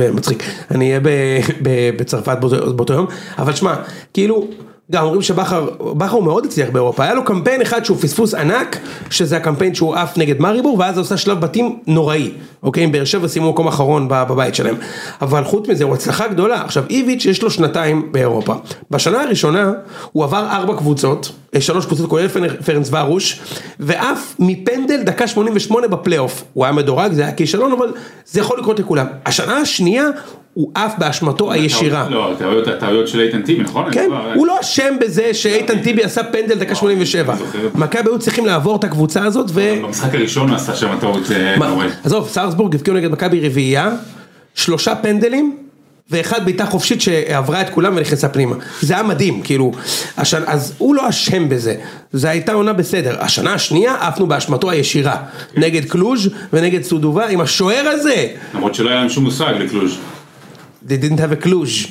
אני אהיה בצרפת באותו יום, אבל שמע, כאילו... גם אומרים שבחר הוא מאוד הצליח באירופה, היה לו קמפיין אחד שהוא פספוס ענק, שזה הקמפיין שהוא עף נגד מריבור, ואז הוא עושה שלב בתים נוראי, אוקיי, באר שבע שימו מקום אחרון בבית שלהם, אבל חוץ מזה הוא הצלחה גדולה. עכשיו איביץ' יש לו 2 באירופה, בשנה הראשונה הוא עבר 4 קבוצות, 3 קבוצות כולל פרנס ורוש, ואף מפנדל דקה 88 בפלייאוף, הוא היה מדורג, זה היה כישלון, אבל זה יכול לקרות לכולם. השנה השנייה הוא אף באשמתו הישירה. לא, הטעויות של איתן טיבי, נכון? כן, הוא לא אשם בזה שאיתן טיבי עשה פנדל דקה 87. מכבי היו צריכים לעבור את הקבוצה הזאת במשחק הראשון הוא עשה שם הטעות נורא. עזוב, סארסבורג הבקיעו נגד מכבי רביעייה, 3 פנדלים, ואחד בעיטה חופשית שעברה את כולם ונכנסה פנימה. זה היה מדהים, כאילו. אז הוא לא אשם בזה. זה הייתה עונה בסדר. השנה השנייה עפנו באשמתו הישירה. נגד קלוז' ונגד סודובה, עם השוער הזה. למרות שלא היה להם שום מושג לקלוז'. They didn't have a קלוז'.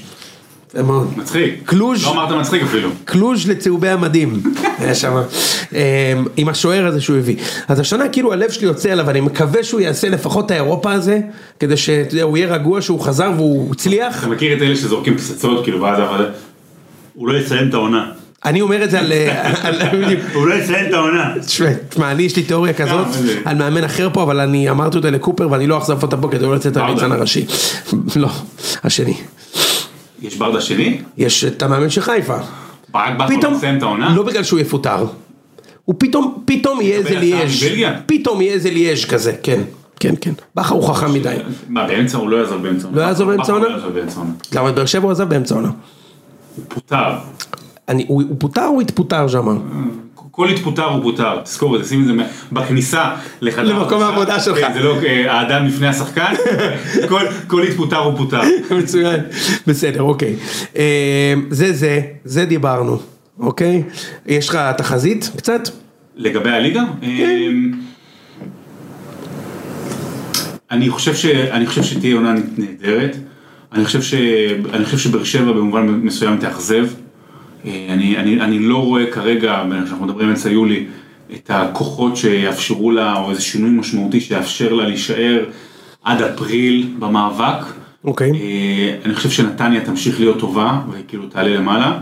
מצחיק. קלוז'. לא אמרת מצחיק אפילו. קלוז' לצהובי המדים. היה שם. עם השוער הזה שהוא הביא. אז השנה כאילו הלב שלי יוצא אליו, ואני מקווה שהוא יעשה לפחות את האירופה הזה, כדי שהוא יהיה רגוע שהוא חזר והוא הצליח. אתה מכיר את אלה שזורקים פצצות, כאילו, ואז הוא לא יסיים את העונה. אני אומר את זה על... הוא לא יסיים את העונה. תשמע, אני יש לי תיאוריה כזאת, על מאמן אחר פה, אבל אני אמרתי אותה לקופר, ואני לא אחזף אותה פה, כדי לא לצאת את הריצן הראשי. לא, השני. יש ברדה שני? יש את המאמן של חיפה. ברק בכר לא יסיים את העונה? לא בגלל שהוא יפוטר. הוא פתאום יהיה איזה ליאז'. פתאום יהיה איזה ליאז' כזה, כן. כן, כן. בכר הוא חכם מדי. מה, באמצע? הוא לא יעזוב באמצע עונה. לא יעזוב באמצע עונה? לא יעזוב באמצע עונה. למה באר שבע הוא עזב באמצע עונה? הוא פוטר. הוא פוטר או התפוטר שם? כל התפוטר הוא פוטר, תזכור את זה, שים את זה בכניסה למקום העבודה שלך. זה לא האדם לפני השחקן, כל התפוטר הוא פוטר. מצוין, בסדר, אוקיי. זה דיברנו, אוקיי? יש לך תחזית קצת? לגבי הליגה? אני חושב שתהיה עונה נהדרת, אני חושב שבאר שבע במובן מסוים תאכזב, אני לא רואה כרגע, כשאנחנו מדברים אמצע יולי, את הכוחות שיאפשרו לה, או איזה שינוי משמעותי שיאפשר לה להישאר עד אפריל במאבק. אוקיי. אני חושב שנתניה תמשיך להיות טובה, וכאילו תעלה למעלה,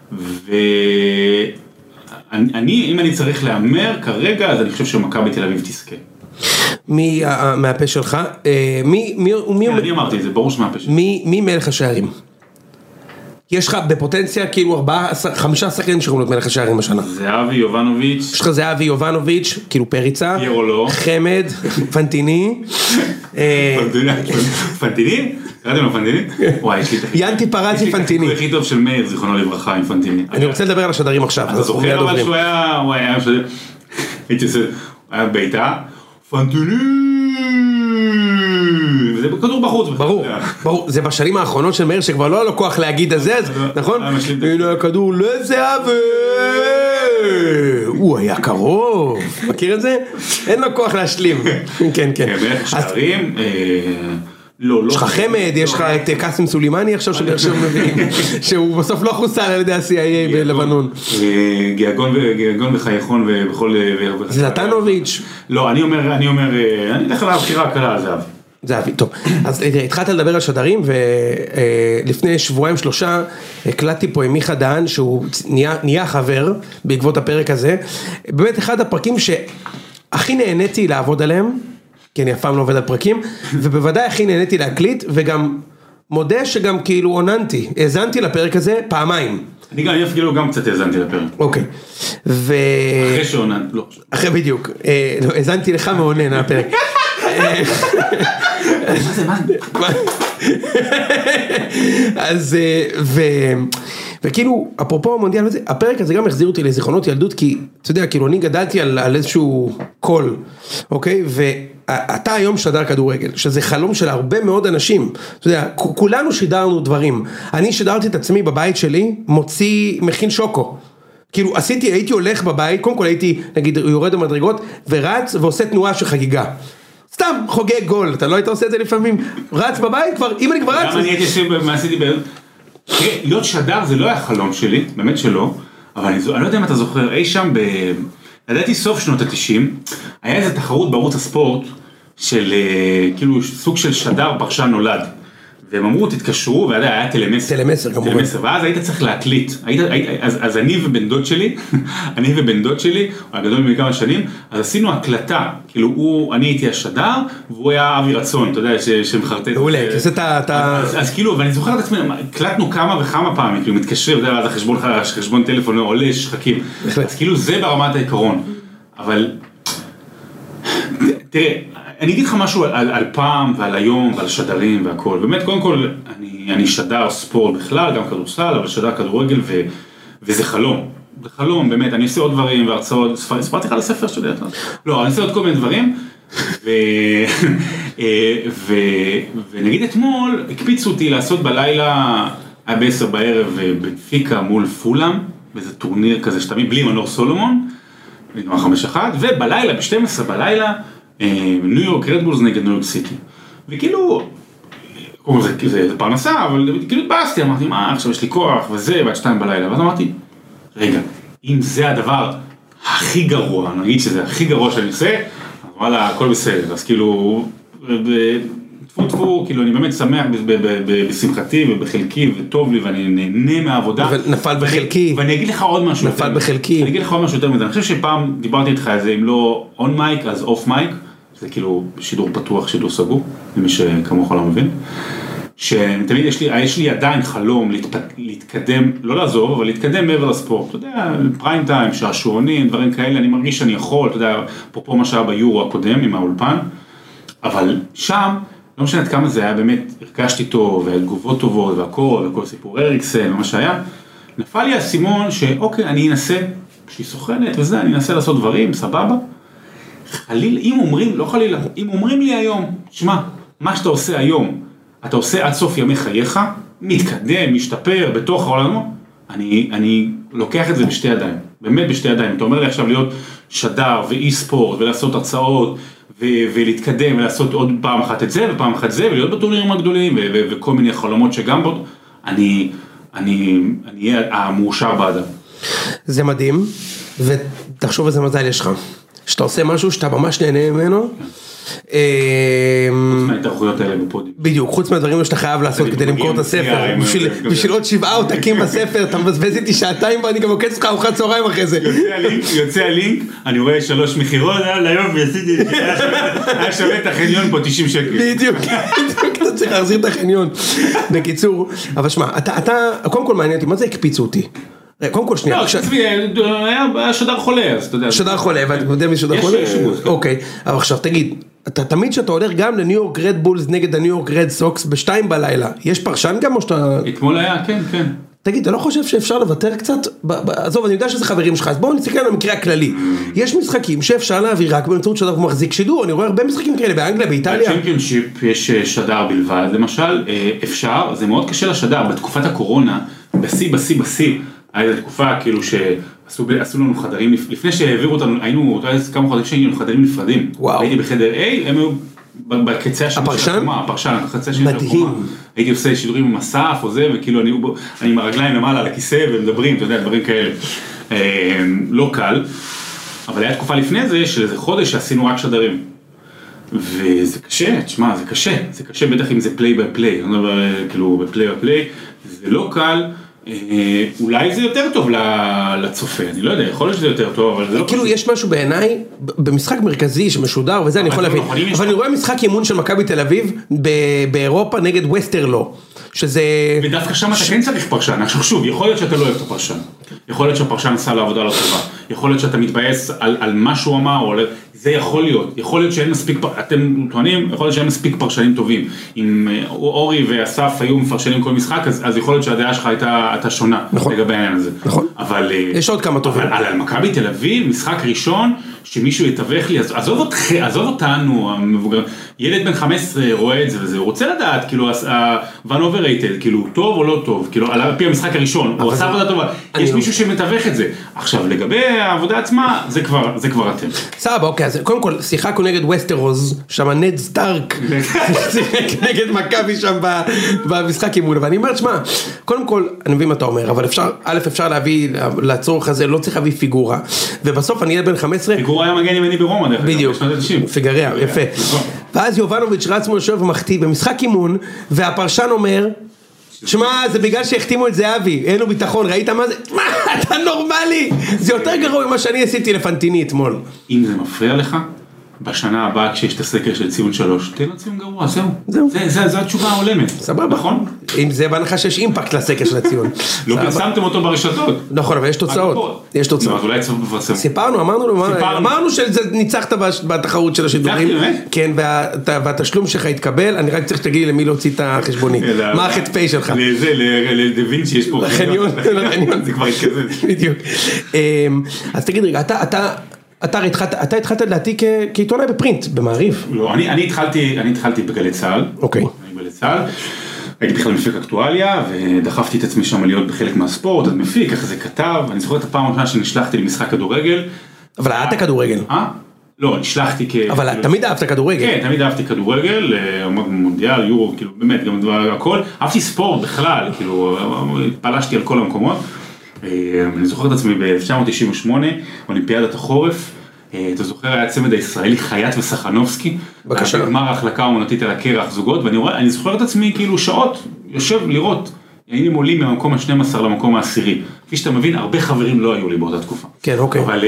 אם אני צריך לאמר כרגע, אז אני חושב שמכבי תל אביב תזכה. מי מהפה שלך? אני אמרתי את זה, ברור שמהפה שלך. מי מלך השערים? יש לך בפוטנציה כאילו 5 שחקנים שיכולים להיות מלך השערים השנה. זהבי, יובנוביץ'. יש לך זהבי, יובנוביץ', כאילו פריצה. פיירו לא. חמד, פנטיני. פנטיני? קראתם לו פנטיני? וואי, יש לי את ינטי פרצי פנטיני. הוא הכי טוב של מאיר, זיכרונו לברכה, עם פנטיני. אני רוצה לדבר על השדרים עכשיו. אתה זוכר אבל שהוא היה משדר, הייתי עושה, היה ביתה, פנטיני! וזה כדור בחוץ. ברור, זה בשנים האחרונות של מאיר שכבר לא היה לו כוח להגיד את זה, נכון? הנה הכדור לזהבי! הוא היה קרוב, מכיר את זה? אין לו כוח להשלים. כן, כן. שערים, יש לך חמד, יש לך את קאסם סולימני עכשיו שבאר שבע מביאים, שהוא בסוף לא חוסל על ידי ה-CIA בלבנון. גיאגון וחייכון ובכל... זלטנוביץ'. לא, אני אומר, אני אלך על הבחירה הקלה על זהב. זה אבי, טוב. אז התחלת לדבר על שדרים, ולפני שבועיים 3 הקלטתי פה עם מיכה דהן, שהוא נהיה חבר בעקבות הפרק הזה. באמת אחד הפרקים שהכי נהניתי לעבוד עליהם, כי אני אף פעם לא עובד על פרקים, ובוודאי הכי נהניתי להקליט, וגם מודה שגם כאילו עוננתי, האזנתי לפרק הזה פעמיים. אני גם אפילו גם קצת האזנתי לפרק. אוקיי. אחרי שעונן, לא. אחרי בדיוק, האזנתי לך מעונן הפרק. מה זה, מה? אז, וכאילו, אפרופו המונדיאל, הפרק הזה גם החזיר אותי לזיכרונות ילדות, כי, אתה יודע, כאילו, אני גדלתי על איזשהו קול, אוקיי? ואתה היום שדר כדורגל, שזה חלום של הרבה מאוד אנשים, אתה יודע, כולנו שידרנו דברים. אני שידרתי את עצמי בבית שלי, מכין שוקו. כאילו, הייתי הולך בבית, קודם כל הייתי, נגיד, יורד במדרגות, ורץ ועושה תנועה של חגיגה. סתם חוגג גול, אתה לא היית עושה את זה לפעמים, רץ בבית כבר, אם אני כבר רץ. גם אני הייתי מה עשיתי להיות שדר זה לא היה חלום שלי, באמת שלא, אבל אני לא יודע אם אתה זוכר, אי שם לדעתי סוף שנות ה-90, היה איזו תחרות בערוץ הספורט, של כאילו סוג של שדר פרשן נולד, והם אמרו תתקשרו, והיה טלמסר כמובן, ואז היית צריך להקליט, אז אני ובן דוד שלי, הוא הגדול מכמה שנים, אז עשינו הקלטה, כאילו אני הייתי השדר, והוא היה אבי רצון, אתה יודע, שמחרטט. מעולה, אז כאילו, ואני זוכר את עצמי, הקלטנו כמה וכמה פעמים, כאילו מתקשרים, ואז החשבון טלפון עולה, שחקים, אז כאילו זה ברמת העיקרון, אבל תראה, אני אגיד לך משהו על פעם ועל היום ועל שדרים והכל, באמת קודם כל אני שדר ספורט בכלל, גם כדורסל, אבל שדר כדורגל וזה חלום, זה חלום באמת, אני עושה עוד דברים והרצאות, ספרתי לך על הספר שלי, לא, אני עושה עוד כל מיני דברים, ונגיד אתמול הקפיצו אותי לעשות בלילה, היה ב10 בערב בנפיקה מול פולאם, באיזה טורניר כזה שתמיד בלי מנור סולומון, נגמר 5-1, ובלילה, ב12 בלילה, ניו יורק רדבולס נגד ניו יורק סיטי. וכאילו, זה פרנסה, אבל כאילו התבאסתי, אמרתי, מה, עכשיו יש לי כוח וזה, ועד 2 בלילה, ואז אמרתי, רגע, אם זה הדבר הכי גרוע, נגיד שזה הכי גרוע שאני עושה, אז וואלה, הכל בסדר, אז כאילו, טפו, כאילו אני באמת שמח בשמחתי ובחלקי וטוב לי ואני נהנה מהעבודה. ונפל בחלקי. ואני אגיד לך עוד משהו. נפל בחלקי. אני אגיד לך עוד משהו יותר מזה. אני חושב שפעם דיברתי איתך איזה, אם לא און מייק אז אוף מייק, זה כאילו שידור פתוח, שידור סגור, למי שכמוך לא מבין. שתמיד יש לי עדיין חלום להתקדם, לא לעזוב, אבל להתקדם מעבר לספורט. אתה יודע, פריים טיים, שעשועונים, דברים כאלה, אני מרגיש שאני יכול, אתה יודע, פה מה שהיה ביורו הקודם עם האולפן, אבל שם, לא משנה עד כמה זה היה באמת, הרגשתי טוב, והתגובות טובות, וכל סיפור אריקסן, ומה שהיה, נפל לי הסימון שאוקיי, אני אנסה, שהיא סוכנת וזה, אני אנסה לעשות דברים, סבבה. חליל, אם אומרים לי היום, שמע, מה שאתה עושה היום, אתה עושה עד סוף ימי חייך, מתקדם, משתפר, בתוך העולם, אני לוקח את זה בשתי ידיים, באמת בשתי ידיים. אתה אומר לי עכשיו להיות שדר ואי ספורט, ולעשות הרצאות, ולהתקדם ולעשות עוד פעם אחת את זה ופעם אחת זה ולהיות בטורנירים הגדולים וכל מיני חלומות שגם בו אני אהיה המאושר באדם. זה מדהים, ותחשוב איזה מזל יש לך שאתה עושה משהו שאתה ממש נהנה ממנו, חוץ מההתארחויות האלה בפודיום. בדיוק, חוץ מהדברים שאתה חייב לעשות כדי למכור את הספר, בשביל עוד 7 עותקים בספר, אתה מבזבז איתי 2 שעתיים ואני גם עוקץ לך ארוחת צהריים אחרי זה. יוצא הלינק, אני רואה 3 מכירות, ליום ועשיתי, היה שווה את החניון פה 90 שקל. בדיוק, אתה צריך להחזיר את החניון. בקיצור, אבל שמע, אתה, קודם כל מעניין אותי, מה זה הקפיצו אותי? קודם כל שנייה. לא, היה שדר חולה, אז אתה יודע. שדר חולה, ואתה יודע מי שדר חולה? אוקיי, אבל עכשיו תגיד, אתה תמיד שאתה הולך גם לניו יורק רד בולס נגד הניו יורק רד סוקס ב2 בלילה, יש פרשן גם או שאתה... אתמול היה, כן, כן. תגיד, אתה לא חושב שאפשר לוותר קצת? עזוב, אני יודע שזה חברים שלך, אז בואו נסתכל על המקרה הכללי. יש משחקים שאפשר להעביר רק באמצעות שדר ומחזיק שידור, אני רואה הרבה משחקים כאלה באנגליה, באיטליה. בצ'מפיונשיפ יש שדר בלבד, למשל, אפשר, זה מאוד קשה לשדר, בתקופת הקורונה, בשיא, הייתה תקופה כאילו שעשו לנו חדרים, לפני שהעבירו אותנו, היינו כמה חודשים שהיינו חדרים נפרדים. הייתי בחדר A, הם היו בקצה השני של הקומה, הפרשן, בקצה השני של הקומה. הייתי עושה שידורים עם מסף או זה, וכאילו אני עם הרגליים למעלה על הכיסא ומדברים, אתה יודע, דברים כאלה. לא קל, אבל הייתה תקופה לפני זה, של איזה חודש שעשינו רק שדרים. וזה קשה, תשמע, זה קשה בטח אם זה פליי ביי פליי, כאילו בפליי ביי פליי, זה לא קל, אולי זה יותר טוב לצופה, אני לא יודע, יכול להיות שזה יותר טוב, אבל זה לא... כאילו יש משהו בעיניי, במשחק מרכזי שמשודר וזה אני יכול להבין, אבל אני רואה משחק אימון של מכבי תל אביב באירופה נגד וסטרלו, שזה... ודווקא שם אתה כן צריך פרשן, עכשיו שוב, יכול להיות שאתה לא אוהב את הפרשן, יכול להיות שהפרשן עשה לעבודה לא טובה, יכול להיות שאתה מתבאס על מה שהוא אמר, זה יכול להיות שאין מספיק, אתם טוענים, יכול להיות שאין מספיק פרשנים טובים, אם אורי ואסף היו מפרשנים כל משחק, אז יכול להיות שהדעה שלך הייתה שונה לגבי העניין הזה. נכון, יש עוד כמה טובים. אבל על מכבי תל אביב, משחק ראשון, שמישהו יתווך לי, עזוב אותנו, ילד בן 15 רואה את זה וזה, הוא רוצה לדעת, כאילו, ה-overrated, כאילו, טוב או לא טוב, כאילו, על פי המשחק הראשון, הוא עשה עבודה טובה, יש מישהו שמתווך את זה. עכשיו, לגבי העבודה עצמה, זה כבר אתם. סבבה, אוקיי, אז קודם כל, שיחקנו נגד וסטרוז, שם נד סטארק, שיחק נגד מכבי שם במשחק אימון, ואני אומר, שמה, קודם כל, אני מבין מה אתה אומר, אבל אפשר להביא, לצורך הזה, לא צריך להביא פיגורה, ובסוף אני ילד בן 15, פיגורה היה מגן ימני ברומא, דרך אגב, בדיוק, פיגריה, יפה. ואז יובנוביץ' רץ מול שואב ומחטיא במשחק אימון, והפרשן אומר, שמע, זה בגלל שהחתימו את זהבי, אין לו ביטחון, ראית מה זה? מה, אתה נורמלי? זה יותר גרוע ממה שאני עשיתי לפנטיני אתמול. אם זה מפריע לך, בשנה הבאה כשיש את הסקר של ציון 3, תן לו ציון גרוע, זהו. זו התשובה העולמת. סבבה. נכון? אם זה בהנחה שיש אימפקט לסקר של הציון. לא פרסמתם אותו ברשתות. נכון, אבל יש תוצאות. אז אולי צריך לפרסם. סיפרנו, אמרנו שניצחת בתחרות של השידורים. כן, והתשלום שלך התקבל, אני רק צריך שתגיד לי למי להוציא את החשבונית. מה החטפי שלך? לזה, לדווינצ'י יש פה לחניון. זה כבר התקזז. בדיוק. אז תגיד רגע, אתה התחלת לדעתי כעיתונאי בפרינט, במעריב. לא, אני התחלתי בגלי צהל. אוקיי. בגלי צהל. הייתי בכלל מפיק אקטואליה, ודחפתי את עצמי שם להיות בחלק מהספורט, אז מפיק, ככה זה כתב, אני זוכר את הפעם הראשונה שנשלחתי למשחק כדורגל. אבל אהבת כדורגל. לא, נשלחתי אבל תמיד אהבת כדורגל. כן, תמיד אהבתי כדורגל, מונדיאל, יורו, כאילו, באמת, גם הכל. אהבתי ספורט בכלל, כאילו, פלשתי על כל המקומות. אני זוכר את עצמי ב-1998, אולימפיאדת החורף, אתה זוכר, היה צמד הישראלי חייט וסחנובסקי, בבקשה. גמר ההחלקה האומנותית על הקרח זוגות, ואני זוכר את עצמי כאילו שעות, יושב לראות, היינו עולים מהמקום ה-12 למקום ה-10, כפי שאתה מבין, הרבה חברים לא היו לי באותה תקופה. כן, אוקיי. אבל,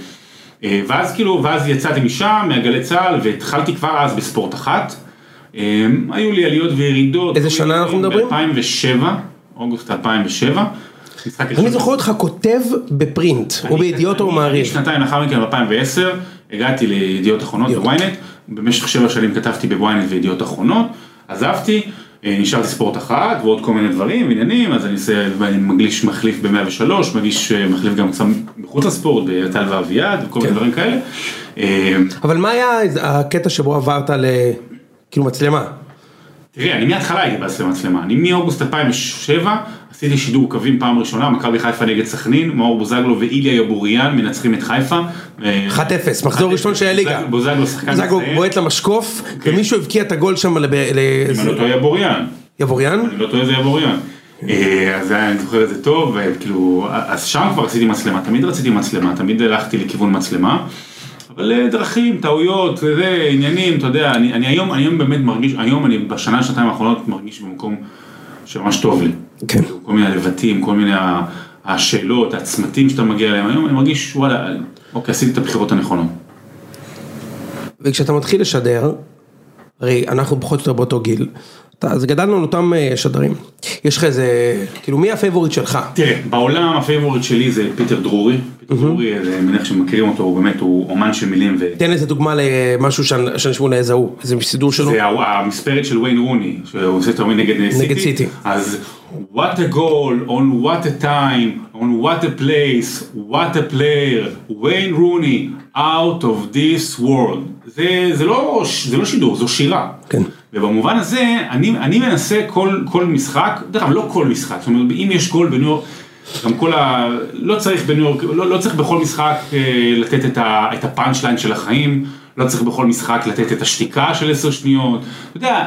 ואז יצאתי משם, מהגלי צהל, והתחלתי כבר אז בספורט אחת, היו לי עליות וירידות. איזה שנה אנחנו מדברים? ב-2007, אוגוסט 2007, אני זוכר אותך כותב בפרינט, או בידיעות או מעריב. שנתיים לאחר מכן, ב-2010, הגעתי לידיעות אחרונות בוויינט, במשך 7 שנים כתבתי בוויינט וידיעות אחרונות, עזבתי, נשארתי ספורט אחת, ועוד כל מיני דברים, עניינים, אז אני מגליש מחליף ב-103, מגיש מחליף גם קצת מחוץ לספורט, בטל ואביעד, וכל מיני דברים כאלה. אבל מה היה הקטע שבו עברת כאילו מצלמה? תראה, אני מההתחלה הייתי במצלמה, אני מאוגוסט 2007, עשיתי שידור קווים פעם ראשונה, מכבי חיפה נגד סכנין, מאור בוזגלו ואיליה יבוריאן מנצחים את חיפה. 1-0, מחזור ראשון של הליגה. בוזגלו שחקן מצטיין. בוזגלו בועט למשקוף, ומישהו הבקיע את הגול שם אם אני לא טועה יבוריאן. יבוריאן? אני לא טועה זה יבוריאן. אז אני זוכר את זה טוב, וכאילו, אז שם כבר עשיתי מצלמה, תמיד רציתי מצלמה, תמיד הלכתי לכיוון מצלמה. אבל דרכים, טעויות, זה, עניינים, אתה יודע, אני היום באמת מרגיש, היום אני בשנה, שנתיים האחרונות מרגיש במקום שממש טוב לי. כן. כל מיני לבטים, כל מיני השאלות, העצמתים שאתה מגיע אליהם, היום אני מרגיש, וואלה, אוקיי, עשיתי את הבחירות הנכונות. וכשאתה מתחיל לשדר, הרי אנחנו פחות או יותר באותו גיל, אז גדלנו על אותם שדרים. יש לך איזה, כאילו מי הפייבוריט שלך? תראה, בעולם הפייבוריט שלי זה פיטר דרורי. פיטר דרורי, אני מניח שמכירים אותו, הוא באמת, הוא אומן של מילים. תן איזה דוגמה למשהו שאנשמו לאיזהו, איזה סידור שלו. זה המספרת של ויין רוני, שהוא עושה תמיד נגד סיטי. אז what a goal, on what a time, on what a place, what a player, Wayne Rooney, out of this world. זה לא שידור, זו שירה. כן. ובמובן הזה, אני מנסה כל משחק, דרך כלל לא כל משחק, זאת אומרת, אם יש גול בניו יורק, גם לא צריך בניו יורק, לא צריך בכל משחק לתת את הפאנץ' ליין של החיים, לא צריך בכל משחק לתת את השתיקה של 10 שניות, אתה יודע,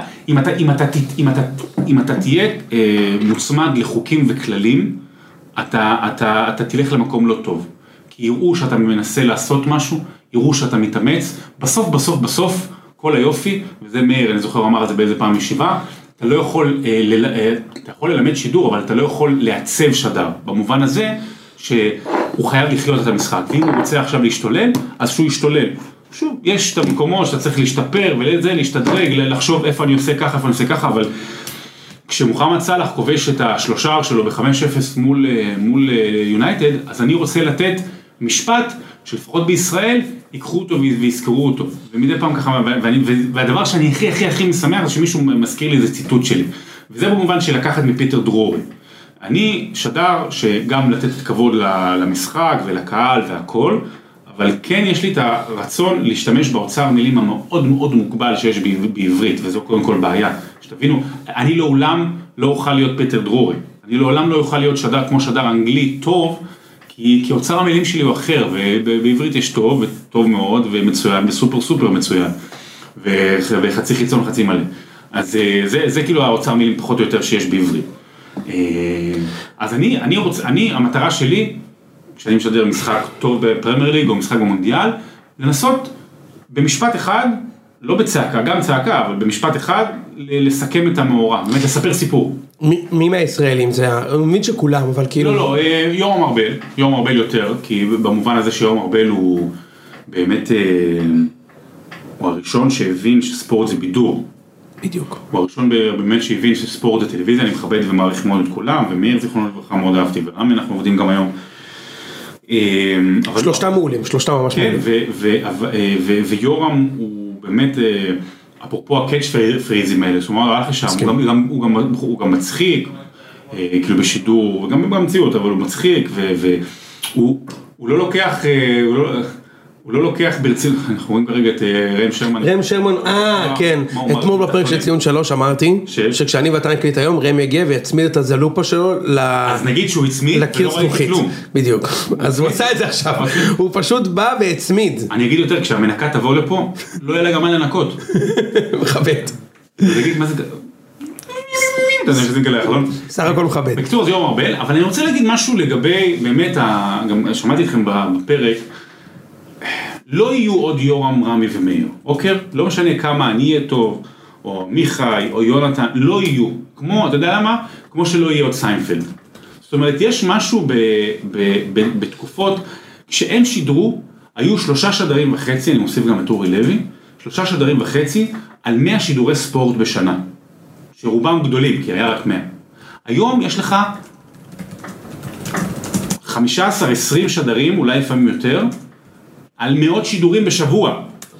אם אתה תהיה מוצמד לחוקים וכללים, אתה תלך למקום לא טוב, כי יראו שאתה מנסה לעשות משהו, יראו שאתה מתאמץ, בסוף, כל היופי, וזה מאיר, אני זוכר, אמר את זה באיזה פעם ישיבה, אתה לא יכול, אתה יכול ללמד שידור, אבל אתה לא יכול לעצב שדר, במובן הזה שהוא חייב לחיות את המשחק, ואם הוא רוצה עכשיו להשתולל, אז שהוא ישתולל. שוב, יש את המקומות שאתה צריך להשתפר, ולזה להשתדרג, לחשוב איפה אני עושה ככה, איפה אני עושה ככה, אבל כשמוחמד סלאח כובש את השלושה שלו ב-5-0 מול יונייטד, אז אני רוצה לתת משפט שלפחות בישראל ייקחו אותו ויזכרו אותו. ומדי פעם ככה, והדבר שאני הכי משמח זה שמישהו מזכיר לי איזה ציטוט שלי. וזה במובן של לקחת מפיטר דרורי. אני שדר שגם לתת כבוד למשחק ולקהל והכל, אבל כן יש לי את הרצון להשתמש באוצר מילים המאוד מאוד מוגבל שיש בעברית, וזו קודם כל בעיה. שתבינו, אני לעולם לא אוכל להיות פיטר דרורי. אני לעולם לא אוכל להיות שדר כמו שדר אנגלי טוב, כי אוצר המילים שלי הוא אחר, ובעברית יש טוב, וטוב מאוד, ומצוין, וסופר מצוין, וחצי חיצון, חצי מלא. אז זה כאילו האוצר מילים פחות או יותר שיש בעברית. אז המטרה שלי, כשאני משדר משחק טוב בפרמייר ליג, או משחק במונדיאל, לנסות במשפט אחד, לא בצעקה, גם צעקה, אבל במשפט אחד, לסכם את המאורע, באמת לספר סיפור. מי מהישראלים זה? אני מבין שכולם, אבל כאילו... לא, יורם ארבל יותר, כי במובן הזה שיורם ארבל הוא באמת, הוא הראשון שהבין שספורט זה בידור. בדיוק. הוא הראשון באמת שהבין שספורט זה טלוויזיה, אני מכבד ומעריך מאוד את כולם, ומאיר זיכרונו לברכה מאוד אהבתי, ורמי אנחנו עובדים גם היום. שלושתם מעולים, שלושתם ממש מעולים. ויורם הוא באמת, אפרופו הקאץ' פריזים האלה, זאת אומרת, הלך לשם, הוא גם מצחיק, כאילו בשידור, וגם במציאות, אבל הוא מצחיק, והוא לא לוקח, הוא לא לוקח ברצינות, אנחנו רואים כרגע את ראם שרמן. ראם שרמן, כן, אתמול בפרק של ציון 3 אמרתי, שכשאני ואתה נקליט היום, ראם יגיע ויצמיד את הזלופה שלו אז נגיד שהוא הצמיד, לקיר זכוכית. בדיוק, אז הוא עשה את זה עכשיו, הוא פשוט בא והצמיד. אני אגיד יותר, כשהמנקה תבוא לפה, לא יהיה לה גם מה לנקות. מכבד. תגיד, מה זה... אתה יודע שזה כאלה החלון? סך הכל מכבד. בקצור, זה יורם ארבל, אבל אני רוצה להגיד משהו לגבי, באמת, גם שמעתי אתכם בפרק, לא יהיו עוד יורם, רמי ומאיר, אוקיי? לא משנה כמה אני אהיה טוב, או מיכאי, או יונתן, לא יהיו. כמו, אתה יודע למה? כמו שלא יהיה עוד סיינפלד. זאת אומרת, יש משהו בתקופות, כשהם שידרו, היו 3.5 שדרים, אני מוסיף גם את אורי לוי, 3.5 שדרים על 100 שידורי ספורט בשנה. שרובם גדולים, כי היה רק 100. היום יש לך 15-20 שדרים, אולי לפעמים יותר, על מאות שידורים בשבוע.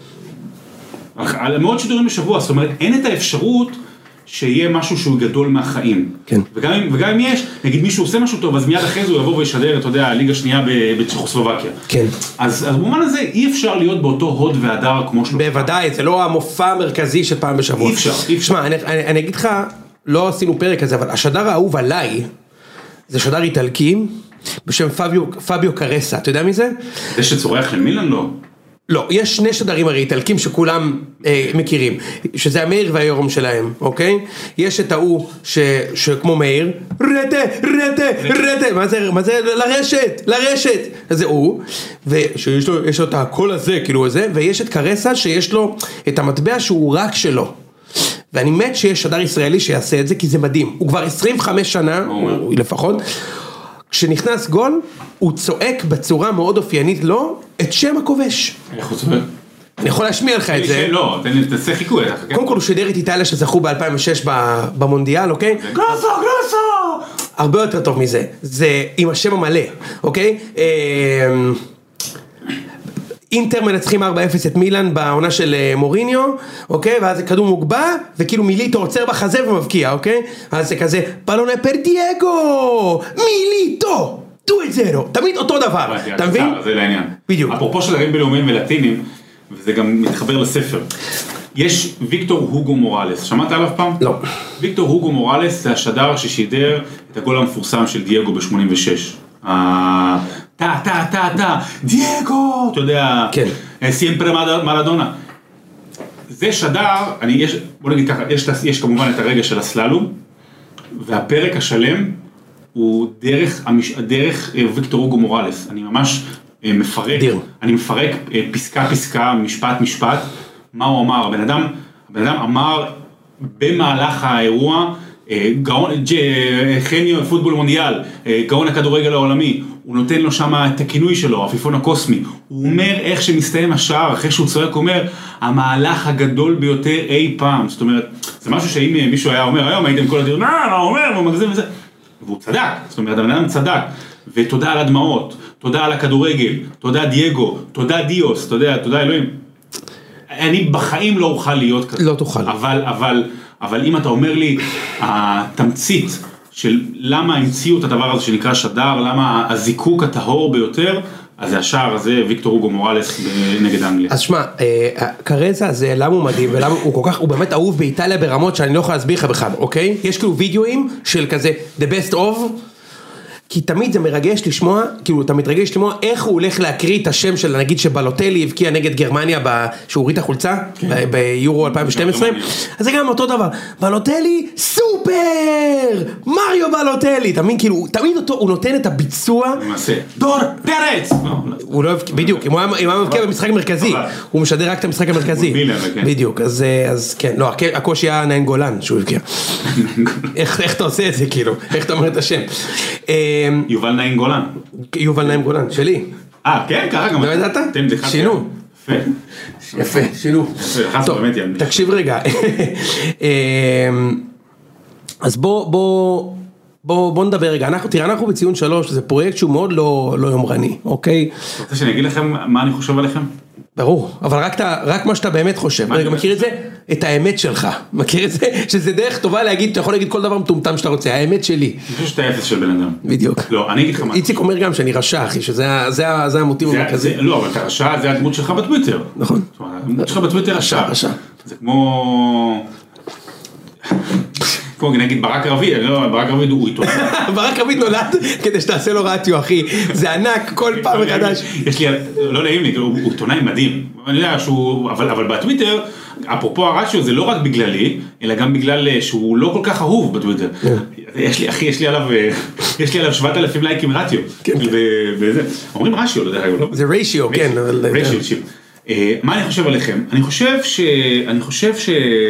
על מאות שידורים בשבוע, זאת אומרת, אין את האפשרות שיהיה משהו שהוא גדול מהחיים. כן. וגם אם יש, נגיד מישהו עושה משהו טוב, אז מיד אחרי זה הוא יבוא וישדר, אתה יודע, הליגה השנייה בצ'כוסלובקיה. כן. אז במובן הזה אי אפשר להיות באותו הוד והדר כמו שלו. בוודאי, זה לא המופע המרכזי של פעם בשבוע. אי אפשר. שמע, אני אגיד לך, לא עשינו פרק הזה, אבל השדר האהוב עליי, זה שדר איטלקי, בשם פביו קרסה, אתה יודע מי זה? זה שצורח למילן לא? לא, יש שני שדרים הרי איטלקים שכולם מכירים, שזה המאיר והיורם שלהם, אוקיי? יש את ההוא שכמו מאיר, רטה, מה זה? לרשת, זה הוא, ויש לו את הקול הזה, כאילו זה, ויש את קרסה שיש לו את המטבע שהוא רק שלו. ואני מת שיש שדר ישראלי שיעשה את זה, כי זה מדהים. הוא כבר 25 שנה, לפחות, כשנכנס גול, הוא צועק בצורה מאוד אופיינית לו, את שם הכובש. איך הוא צועק? אני יכול להשמיע לך את זה. לא, תעשה חיקוי. קודם כל הוא שידר את איטליה שזכו ב-2006 במונדיאל, אוקיי? גלוסו! הרבה יותר טוב מזה. זה עם השם המלא, אוקיי? אינטר מנצחים 4-0 את מילאן בעונה של מוריניו, אוקיי? ואז זה כדור מוגבע, וכאילו מיליטו עוצר בחזה ומבקיע, אוקיי? אז זה כזה, פלונה פר דייגו, מיליטו, 2-0, תמיד אותו דבר, אתה מבין? זה לעניין. בדיוק. אפרופו שדרים בינלאומיים ולטינים, וזה גם מתחבר לספר, יש ויקטור הוגו מוראלס, שמעת עליו פעם? לא. ויקטור הוגו מוראלס זה השדר ששידר את הגול המפורסם של דייגו ב-86. דייגו, אתה יודע, סימפרה מרדונה. זה שדר, בוא נגיד ככה, יש כמובן את הרגע של הסללום, והפרק השלם הוא דרך ויקטור הוגו מוראלס. אני ממש מפרק, פסקה, משפט, מה הוא אמר, הבן אדם אמר במהלך האירוע, חניו פוטבול מונדיאל, גאון הכדורגל העולמי, הוא נותן לו שם את הכינוי שלו, עפיפון הקוסמי, הוא אומר איך שמסתיים השער, אחרי שהוא צועק, הוא אומר, המהלך הגדול ביותר אי פעם, זאת אומרת, זה משהו שאם מישהו היה אומר, היום הייתם כל הדיון, לא אומר, הוא מגזים וזה, והוא צדק, זאת אומרת, הבן אדם צדק, ותודה על הדמעות, תודה על הכדורגל, תודה דייגו, תודה דיוס, תודה אלוהים. אני בחיים לא אוכל להיות כזה. לא תוכל. אבל אם אתה אומר לי, התמצית של למה המציאו את הדבר הזה שנקרא שדר, למה הזיקוק הטהור ביותר, אז זה השער הזה, ויקטור הוגו מורלס נגד אנגליה. אז שמע, קרזה הזה, למה הוא מדהים, ולמה הוא באמת אהוב באיטליה ברמות שאני לא יכול להסביר לך בכלל, אוקיי? יש כאילו וידאוים של כזה, the best of, כי תמיד זה מרגש לשמוע, כאילו אתה מתרגש לשמוע איך הוא הולך להקריא את השם של, נגיד שבלוטלי הבקיע נגד גרמניה, שהוא הוריד את החולצה, ביורו 2012, אז זה גם אותו דבר, בלוטלי סופר, מריו בלוטלי, תמיד כאילו, תמיד אותו, הוא נותן את הביצוע, דור פרץ, הוא לא, בדיוק, אם הוא היה מבקיע במשחק המרכזי, הוא משדר רק את המשחק המרכזי, בדיוק, אז כן, לא, הקושי היה נאין גולן, שהוא הבקיע, איך אתה עושה את זה כאילו, איך אתה אומר את השם, יובל נעים גולן. יובל נעים גולן, שלי. כן, ככה גם. לא ידעת? שינו. יפה, שינו. טוב, תקשיב רגע. אז בוא נדבר רגע. תראה, אנחנו בציון 3, זה פרויקט שהוא מאוד לא יומרני, אוקיי? אתה רוצה שאני אגיד לכם מה אני חושב עליכם? ברור, אבל רק מה שאתה באמת חושב. רגע, מכיר את זה? את האמת שלך. מכיר את זה? שזה דרך טובה להגיד, אתה יכול להגיד כל דבר מטומטם שאתה רוצה, האמת שלי. אני חושב שאתה אפס של בן אדם. בדיוק. לא, אני אגיד לך מה. איציק אומר גם שאני רשע, אחי, שזה המוטיב המרכזי. לא, אבל אתה רשע, זה הדמות שלך בטוויטר. נכון. הדמות שלך בטוויטר רשע. זה כמו נגיד ברק רביד, ברק רביד הוא עיתונאי. ברק רביד נולד כדי שתעשה לו רדיו, אחי. זה ענק כל פעם מחדש. יש לי, לא נעים לי, הוא עיתונאי מדהים. אני יודע שהוא, אבל בטוויטר, אפרופו הרדיו, זה לא רק בגללי, אלא גם בגלל שהוא לא כל כך אהוב בטוויטר. אחי, יש לי עליו 7,000 לייקים רדיו. וזה, אומרים רשיו, לא יודע, לא? זה רשיו, כן. רשיו. מה אני חושב עליכם? אני חושב ש...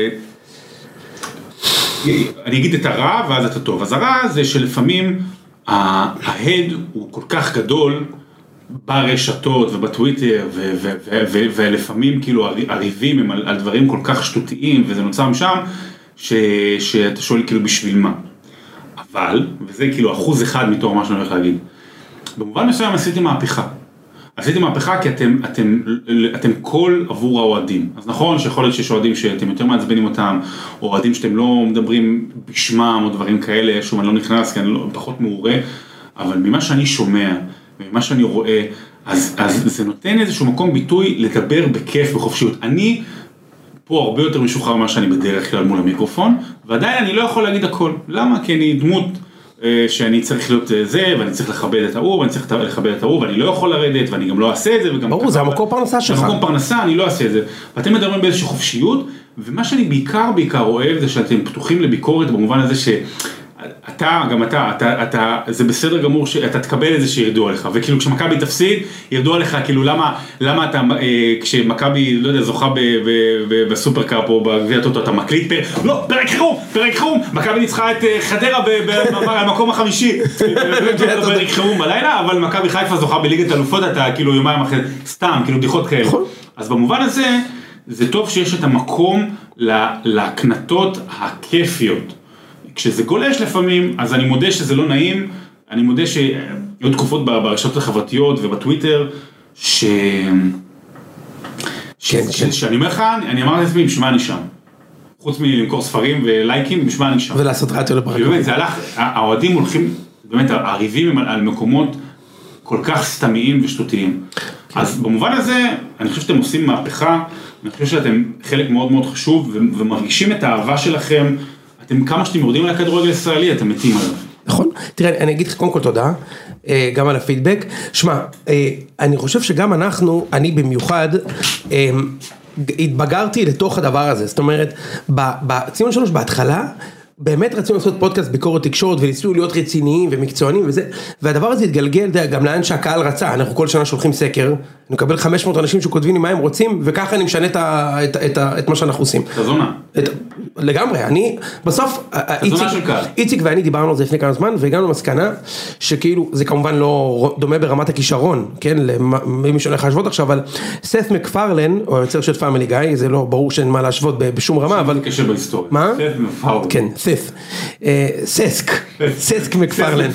אני אגיד את הרע ואז את הטוב. אז הרע זה שלפעמים ההד הוא כל כך גדול ברשתות ובטוויטר ולפעמים כאילו הריבים הם על דברים כל כך שטותיים וזה נוצר משם שאתה שואל כאילו בשביל מה. אבל, וזה כאילו 1% מתור מה שאני הולך להגיד, במובן מסוים עשיתי מהפכה. עשיתי מהפכה כי אתם קול עבור האוהדים. אז נכון שיכול להיות שיש אוהדים שאתם יותר מעצבנים אותם, או אוהדים שאתם לא מדברים בשמם או דברים כאלה, שוב אני לא נכנס כי אני פחות מעורה, אבל ממה שאני שומע, ממה שאני רואה, אז זה נותן איזשהו מקום ביטוי לדבר בכיף בחופשיות. אני פה הרבה יותר משוחרר ממה שאני בדרך כלל מול המיקרופון, ועדיין אני לא יכול להגיד הכל. למה? כי אני דמות שאני צריך להיות זה, ואני צריך לכבד את ההוא, ואני צריך לכבד את ההוא, ואני לא יכול לרדת, ואני גם לא אעשה את זה, וגם... ברור, זה המקום פרנסה שלך. זה המקום פרנסה, אני לא אעשה את זה. ואתם מדברים באיזושהי חופשיות, ומה שאני בעיקר אוהב, זה שאתם פתוחים לביקורת, במובן הזה גם אתה, זה בסדר גמור שאתה תקבל את זה שירדו עליך, וכאילו כשמכבי תפסיד, ירדו עליך, כאילו למה אתה, כשמכבי, לא יודע, זוכה בסופרקאפ או בגביע הטוטו, אתה מקליט לא, פרק חירום, מכבי ניצחה את חדרה במקום החמישי, פרק חירום בלילה, אבל מכבי חיפה זוכה בליגת אלופות, אתה כאילו יומיים אחרי, סתם, כאילו בדיחות כאלה. אז במובן הזה, זה טוב שיש את המקום להקנטות הכיפיות. כשזה גולש לפעמים, אז אני מודה שזה לא נעים, אני מודה שהיו תקופות ברשתות החברתיות ובטוויטר, שאני אומר לך, אני אמרתי לעצמי, משמע אני שם. חוץ מלמכור ספרים ולייקים, משמע אני שם. ולעשות רדיו לפרק. באמת, זה הלך, האוהדים הולכים, באמת, הריבים הם על מקומות כל כך סתמיים ושטותיים. אז במובן הזה, אני חושב שאתם עושים מהפכה, אני חושב שאתם חלק מאוד מאוד חשוב, ומרגישים את האהבה שלכם, כמה שאתם יורדים על הכדורגל הישראלי, אתם מתים עליו. נכון. תראה, אני אגיד לך קודם כל תודה, גם על הפידבק. שמע, אני חושב שגם אני במיוחד, התבגרתי לתוך הדבר הזה. זאת אומרת, בציון 3 בהתחלה, באמת רצינו לעשות פודקאסט ביקורת תקשורת, וניסו להיות רציניים ומקצוענים וזה, והדבר הזה התגלגל גם לאן שהקהל רצה, אנחנו כל שנה שולחים סקר, אני מקבל 500 אנשים שכותבים לי מה הם רוצים, וככה אני משנה את מה שאנחנו עושים. תזונה. לגמרי, אני, בסוף, איציק ואני דיברנו על זה לפני כמה זמן, והגענו למסקנה, שכאילו, זה כמובן לא דומה ברמת הכישרון, כן, למי שהולך להשוות עכשיו, אבל סת מקפרלן, או היוצר של פאמילי גאי, זה לא ברור שאין מה להשוות בשום רמה, אבל... קשה בהיסטוריה. מה? סת מקפרלן. כן, ססק מקפרלן.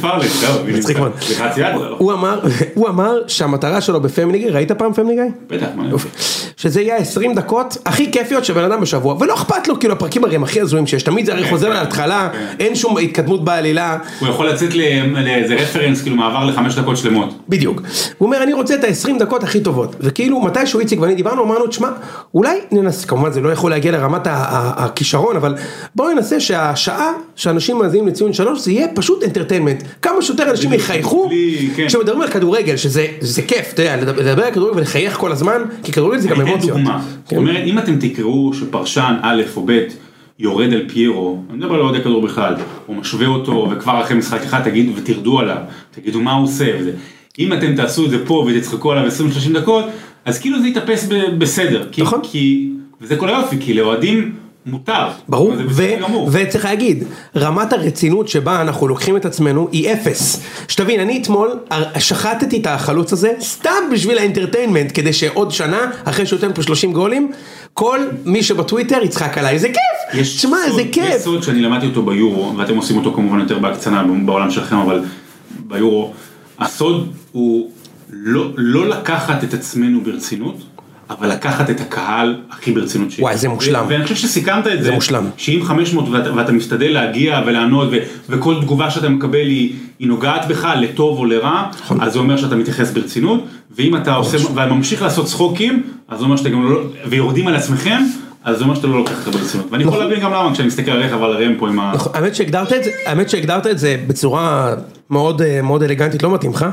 הוא אמר שהמטרה שלו בפאמילי גאי, ראית פעם פאמילי גאי? בטח, מה יופי. שזה יהיה 20 דקות הכי כיפיות שבן אדם בשבוע, ולא אכפת לו, כאילו הפרקים הרי הם הכי הזויים שיש, תמיד זה הרי חוזר להתחלה, אין שום התקדמות בעלילה. הוא יכול לצאת לאיזה רפרנס, כאילו מעבר ל5 דקות שלמות. בדיוק. הוא אומר, אני רוצה את ה-20 דקות הכי טובות, וכאילו מתי שהוא איציק ואני דיברנו, אמרנו, תשמע, אולי ננסה, כמובן זה לא יכול להגיע לרמת הכישרון, אבל בואו ננסה שהשעה שאנשים מאזינים לציון 3, זה יהיה פשוט אנטרטיינמנט. כמה שיותר אנשים יחייכו, כשמדברים על כדורגל, שזה כיף, אתה יודע, לדבר על כדורגל ולחייך כל הזמן, כי כדורגל זה גם אמוציות. זאת אומרת, אם אתם תקראו שפרשן א' או ב' יורד על פיירו, אני מדבר על אוהדי כדור בכלל, או משווה אותו, וכבר אחרי משחק אחד תגידו ותרדו עליו, תגידו מה הוא עושה, אם אתם תעשו את זה פה ותצחקו עליו 20-30 דקות, אז כאילו זה יתאפס בסדר, וזה כל היופי, כי לאוהדים מותר. ברור, וצריך להגיד, רמת הרצינות שבה אנחנו לוקחים את עצמנו היא אפס. שתבין, אני אתמול שחטתי את החלוץ הזה, סתם בשביל האנטרטיינמנט, כדי שעוד שנה, אחרי שהוא יתן פה 30 גולים, כל מי שבטוויטר יצחק עליי, זה כיף, תשמע, זה כיף. יש סוד שאני למדתי אותו ביורו, ואתם עושים אותו כמובן יותר בהקצנה בעולם שלכם, אבל ביורו, הסוד הוא לא לקחת את עצמנו ברצינות, אבל לקחת את הקהל הכי ברצינות שיש. וואי, זה מושלם. ואני חושב שסיכמת את זה. מושלם. שאם 500 ואתה משתדל להגיע ולענות, וכל תגובה שאתה מקבל היא נוגעת בך לטוב או לרע, אז זה אומר שאתה מתייחס ברצינות, ואם אתה עושה, וממשיך לעשות צחוקים, אז זה אומר שאתה גם לא, ויורדים על עצמכם, אז זה אומר שאתה לא לוקח את ברצינות. ואני יכול להבין גם למה, כשאני מסתכל עליך, אבל הראם פה עם ה... האמת שהגדרת את זה בצורה מאוד מאוד אלגנטית, לא מתאים לך.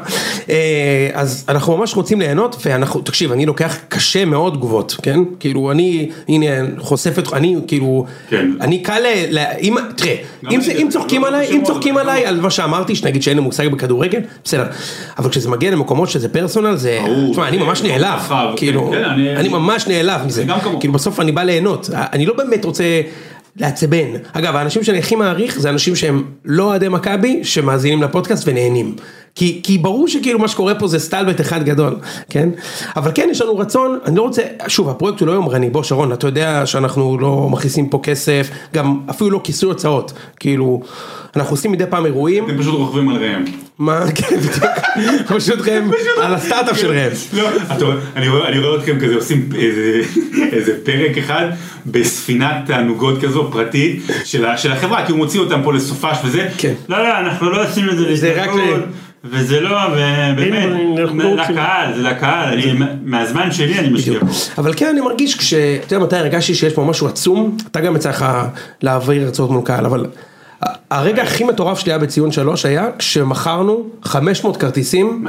אז אנחנו ממש רוצים ליהנות, ואנחנו, תקשיב, אני לוקח קשה מאוד תגובות, כן? כאילו, אני, הנה, חושפת, אני, כאילו, אני קל תראה, אם צוחקים עליי על מה שאמרתי, שנגיד שאין לי מושג בכדורגל, בסדר. אבל כשזה מגיע למקומות שזה פרסונל, זה, תשמע, אני ממש נעלב, כאילו, אני ממש נעלב מזה. כאילו, בסוף אני בא ליהנות. אני לא באמת רוצה לעצבן. אגב, האנשים שאני הכי מעריך זה אנשים שהם לא אוהדי מכבי, שמאזינים לפודקאסט ונהנים. כי ברור שכאילו מה שקורה פה זה סטלבט אחד גדול, כן? אבל כן, יש לנו רצון, אני לא רוצה, שוב, הפרויקט הוא לא יומרני, בוא שרון, אתה יודע שאנחנו לא מכניסים פה כסף, גם אפילו לא כיסוי הוצאות, כאילו, אנחנו עושים מדי פעם אירועים. אתם פשוט רוכבים על ראם. מה? כן, פשוט ראם, על הסטארט-אפ של ראם. לא, אני רואה אתכם כזה, עושים איזה פרק אחד, בספינת תענוגות כזו פרטית, של החברה, כי הוא מוציא אותם פה לסופש וזה. לא, אנחנו לא עושים את זה להסתכלות. וזה לא, באמת, זה לקהל, מהזמן שלי אני משקיע. אבל כן, אני מרגיש אתה יודע מתי הרגשתי שיש פה משהו עצום, אתה גם יצא לך להעביר הרצאות מול קהל, אבל הרגע הכי מטורף שלי היה בציון 3 היה כשמכרנו 500 כרטיסים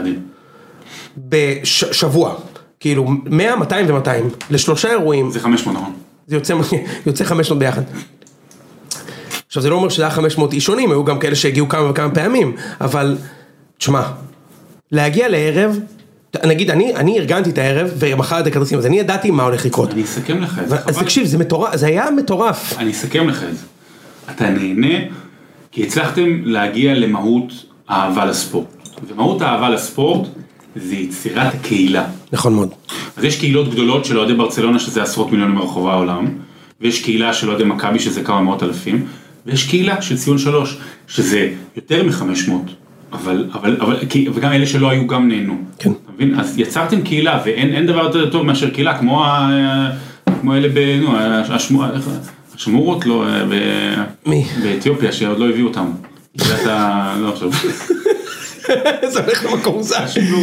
בשבוע, כאילו 100, 200 ו-200, לשלושה אירועים. זה 500 נכון. זה יוצא 500 ביחד. עכשיו זה לא אומר שזה היה 500 אישונים, היו גם כאלה שהגיעו כמה וכמה פעמים, אבל תשמע, להגיע לערב, נגיד, אני ארגנתי את הערב, ומחר את הכרטיסים, אז אני ידעתי מה הולך לקרות. אני אסכם לך את זה. אז תקשיב, זה היה מטורף. אני אסכם לך את זה. אתה נהנה, כי הצלחתם להגיע למהות אהבה לספורט. ומהות האהבה לספורט, זה יצירת הקהילה. נכון מאוד. אז יש קהילות גדולות של אוהדי ברצלונה, שזה עשרות מיליונים ברחבי העולם, ויש קהילה של אוהדי מכבי, שזה כמה מאות אלפים, ויש קהילה של ציון 3, שזה יותר מ-500. וגם אלה שלא היו גם נהנו. כן. אתה מבין? אז יצרתם קהילה, ואין דבר יותר טוב מאשר קהילה, כמו אלה השמורות, לא, באתיופיה, שעוד לא הביאו אותם. זה אתה, לא חושב. זה הולך למקום זה.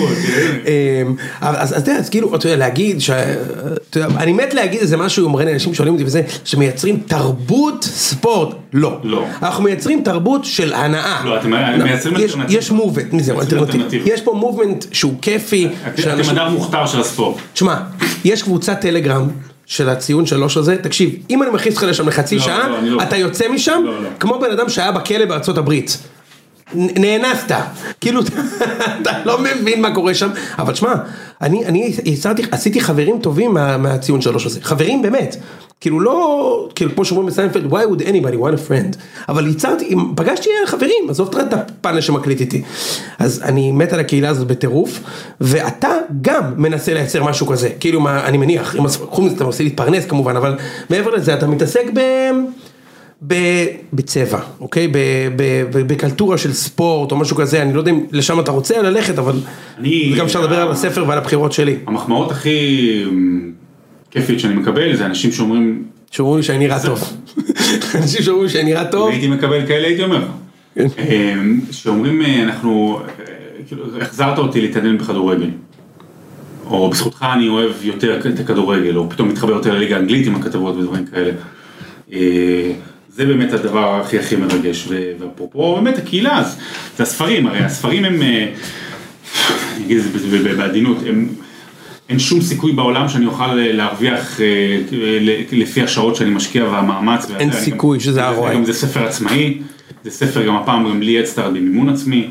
אז אתה יודע, אז כאילו, אתה יודע, להגיד, אני מת להגיד איזה משהו יומרני, אנשים שואלים אותי וזה, שמייצרים תרבות ספורט. לא. אנחנו מייצרים תרבות של הנאה. לא, אתם מייצרים אלטרנטיבה. יש מובמנט, יש פה מובמנט שהוא כיפי. אתם אדם מוכתר של הספורט. תשמע, יש קבוצת טלגרם, של הציון 3 הזה, תקשיב, אם אני מכניס אותך לשם לחצי שעה, אתה יוצא משם, כמו בן אדם שהיה בכלא בארצות הברית. נאנסת, כאילו אתה לא מבין מה קורה שם, אבל שמה, אני עשיתי חברים טובים מהציון 3 הזה, חברים באמת, כאילו לא, כאילו כמו שאומרים בסיינפלד, why would anybody want a friend, אבל פגשתי חברים, עזוב את הפאנל שמקליט איתי, אז אני מת על הקהילה הזאת בטירוף, ואתה גם מנסה לייצר משהו כזה, כאילו אני מניח, חוץ אתה עושה להתפרנס כמובן, אבל מעבר לזה אתה מתעסק בצבע, אוקיי? בקלטורה של ספורט או משהו כזה, אני לא יודע אם לשם אתה רוצה ללכת, אבל גם אפשר לדבר על הספר ועל הבחירות שלי. המחמאות הכי כיפית שאני מקבל זה אנשים שאומרים לי שאני נראה טוב. אנשים שאומרים לי שאני נראה טוב. הייתי מקבל כאלה, הייתי אומר. שאומרים, החזרת אותי להתעניין בכדורגל. או בזכותך אני אוהב יותר את הכדורגל, או פתאום מתחבר יותר לליגה האנגלית עם הכתבות ודברים כאלה. זה באמת הדבר הכי מרגש, ואפרופו באמת הקהילה, זה הספרים, הרי הספרים הם, אני אגיד את זה בעדינות, אין שום סיכוי בעולם שאני אוכל להרוויח לפי השעות שאני משקיע והמאמץ. אין סיכוי שזה הרועי. גם זה ספר עצמאי, זה ספר גם הפעם גם בלי אדסטארט במימון עצמי,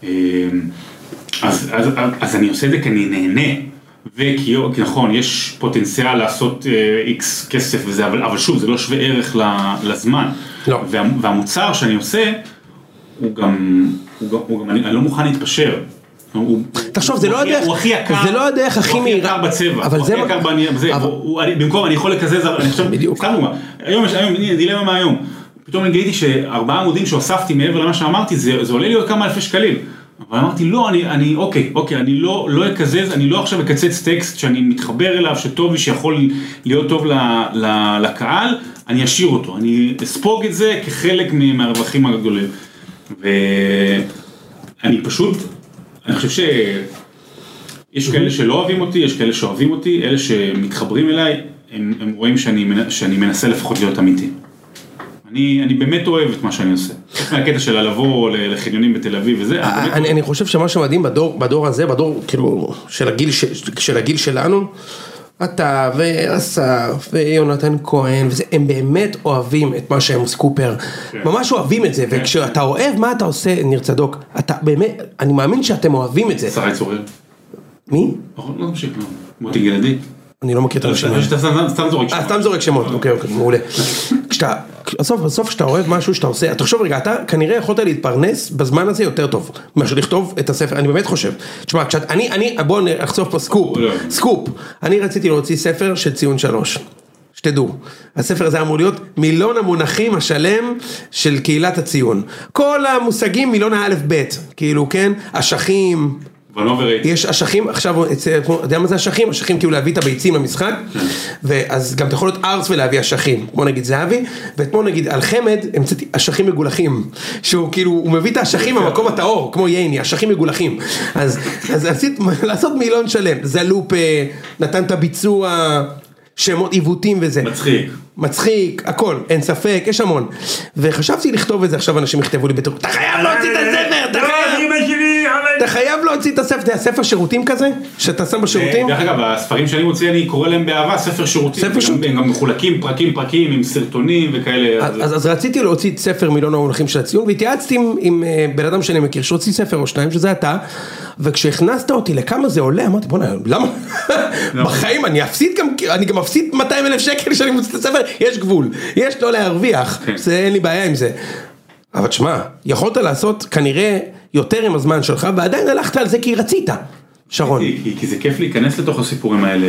אז אני עושה את זה כי אני נהנה. וכי נכון, יש פוטנציאל לעשות איקס כסף וזה, אבל שוב, זה לא שווה ערך לזמן. לא. והמוצר שאני עושה, הוא גם, אני לא מוכן להתפשר. תחשוב, זה לא הדרך הכי מהירה. הוא הכי יקר בצבע, הוא הכי יקר בזה, במקום אני יכול לקזז, אני חושב, סתם דוגמה, היום, דילמה מהיום, פתאום אני גיליתי ש4 עמודים שהוספתי מעבר למה שאמרתי, זה עולה לי עוד כמה אלפי שקלים. אבל אמרתי, לא, אוקיי, אני לא אקזז, אני לא עכשיו אקצץ טקסט שאני מתחבר אליו, שטוב שיכול להיות טוב לקהל, אני אשאיר אותו, אני אספוג את זה כחלק מהרווחים הגדולים. ואני פשוט, אני חושב שיש כאלה שלא אוהבים אותי, יש כאלה שאוהבים אותי, אלה שמתחברים אליי, הם רואים שאני מנסה לפחות להיות אמיתי. אני באמת אוהב את מה שאני עושה. מהקטע של לבוא לחניונים בתל אביב וזה. אני חושב שמה שמדהים בדור הזה, בדור כאילו של הגיל שלנו, אתה ואסף ויונתן כהן, הם באמת אוהבים את מה שהם סקופר. ממש אוהבים את זה, וכשאתה אוהב מה אתה עושה, ניר צדוק, אתה באמת, אני מאמין שאתם אוהבים את זה. שרי צורר. מי? לא תמשיך, מוטי גלעדי. אני לא מכיר את השמות. סתם זורק שמות. סתם זורק שמות, אוקיי, מעולה. בסוף כשאתה אוהב משהו שאתה עושה, תחשוב רגע, אתה כנראה יכולת להתפרנס בזמן הזה יותר טוב, מאשר לכתוב את הספר, אני באמת חושב. תשמע, בואו נחשוף פה סקופ. אני רציתי להוציא ספר של ציון 3. שתדעו, הספר הזה אמור להיות מילון המונחים השלם של קהילת הציון. כל המושגים מילון האלף בית, כאילו כן, אשכים, יש אשכים, עכשיו, אתה יודע מה זה אשכים? אשכים כאילו להביא את הביצים למשחק, ואז גם אתה יכול להיות ארץ ולהביא אשכים, כמו נגיד זהבי, וכמו נגיד על חמד, המצאתי אשכים מגולחים, שהוא כאילו, הוא מביא את האשכים במקום הטהור, כמו ייני, אשכים מגולחים, אז לעשות מילון שלם, זלופ, נתן את הביצוע, שמות עיוותים וזה. מצחיק, הכל, אין ספק, יש המון. וחשבתי לכתוב את זה, עכשיו אנשים יכתבו לי בטוח, אתה חייב להוציא את הספר, אתה חייב להוציא את הספר, זה הספר שירותים כזה, שאתה שם בשירותים. דרך אגב, הספרים שאני מוציא, אני קורא להם באהבה, ספר שירותים, הם גם מחולקים פרקים, עם סרטונים וכאלה. אז רציתי להוציא את ספר מילון המונחים של הציון, והתייעצתי עם בן אדם שאני מכיר, שהוציא ספר או שניים, שזה אתה, וכשהכנסת אותי לכמה זה עולה, אמרתי, בוא נראה, למה? בחיים אני גם מפסיד 200,000 שקל שאני מוציא את הספר, יש גבול, יש לא להרוויח, אין לי בעיה עם זה. אבל תשמע, יכולת לעשות כנראה יותר עם הזמן שלך, ועדיין הלכת על זה כי רצית, שרון. כי זה כיף להיכנס לתוך הסיפורים האלה,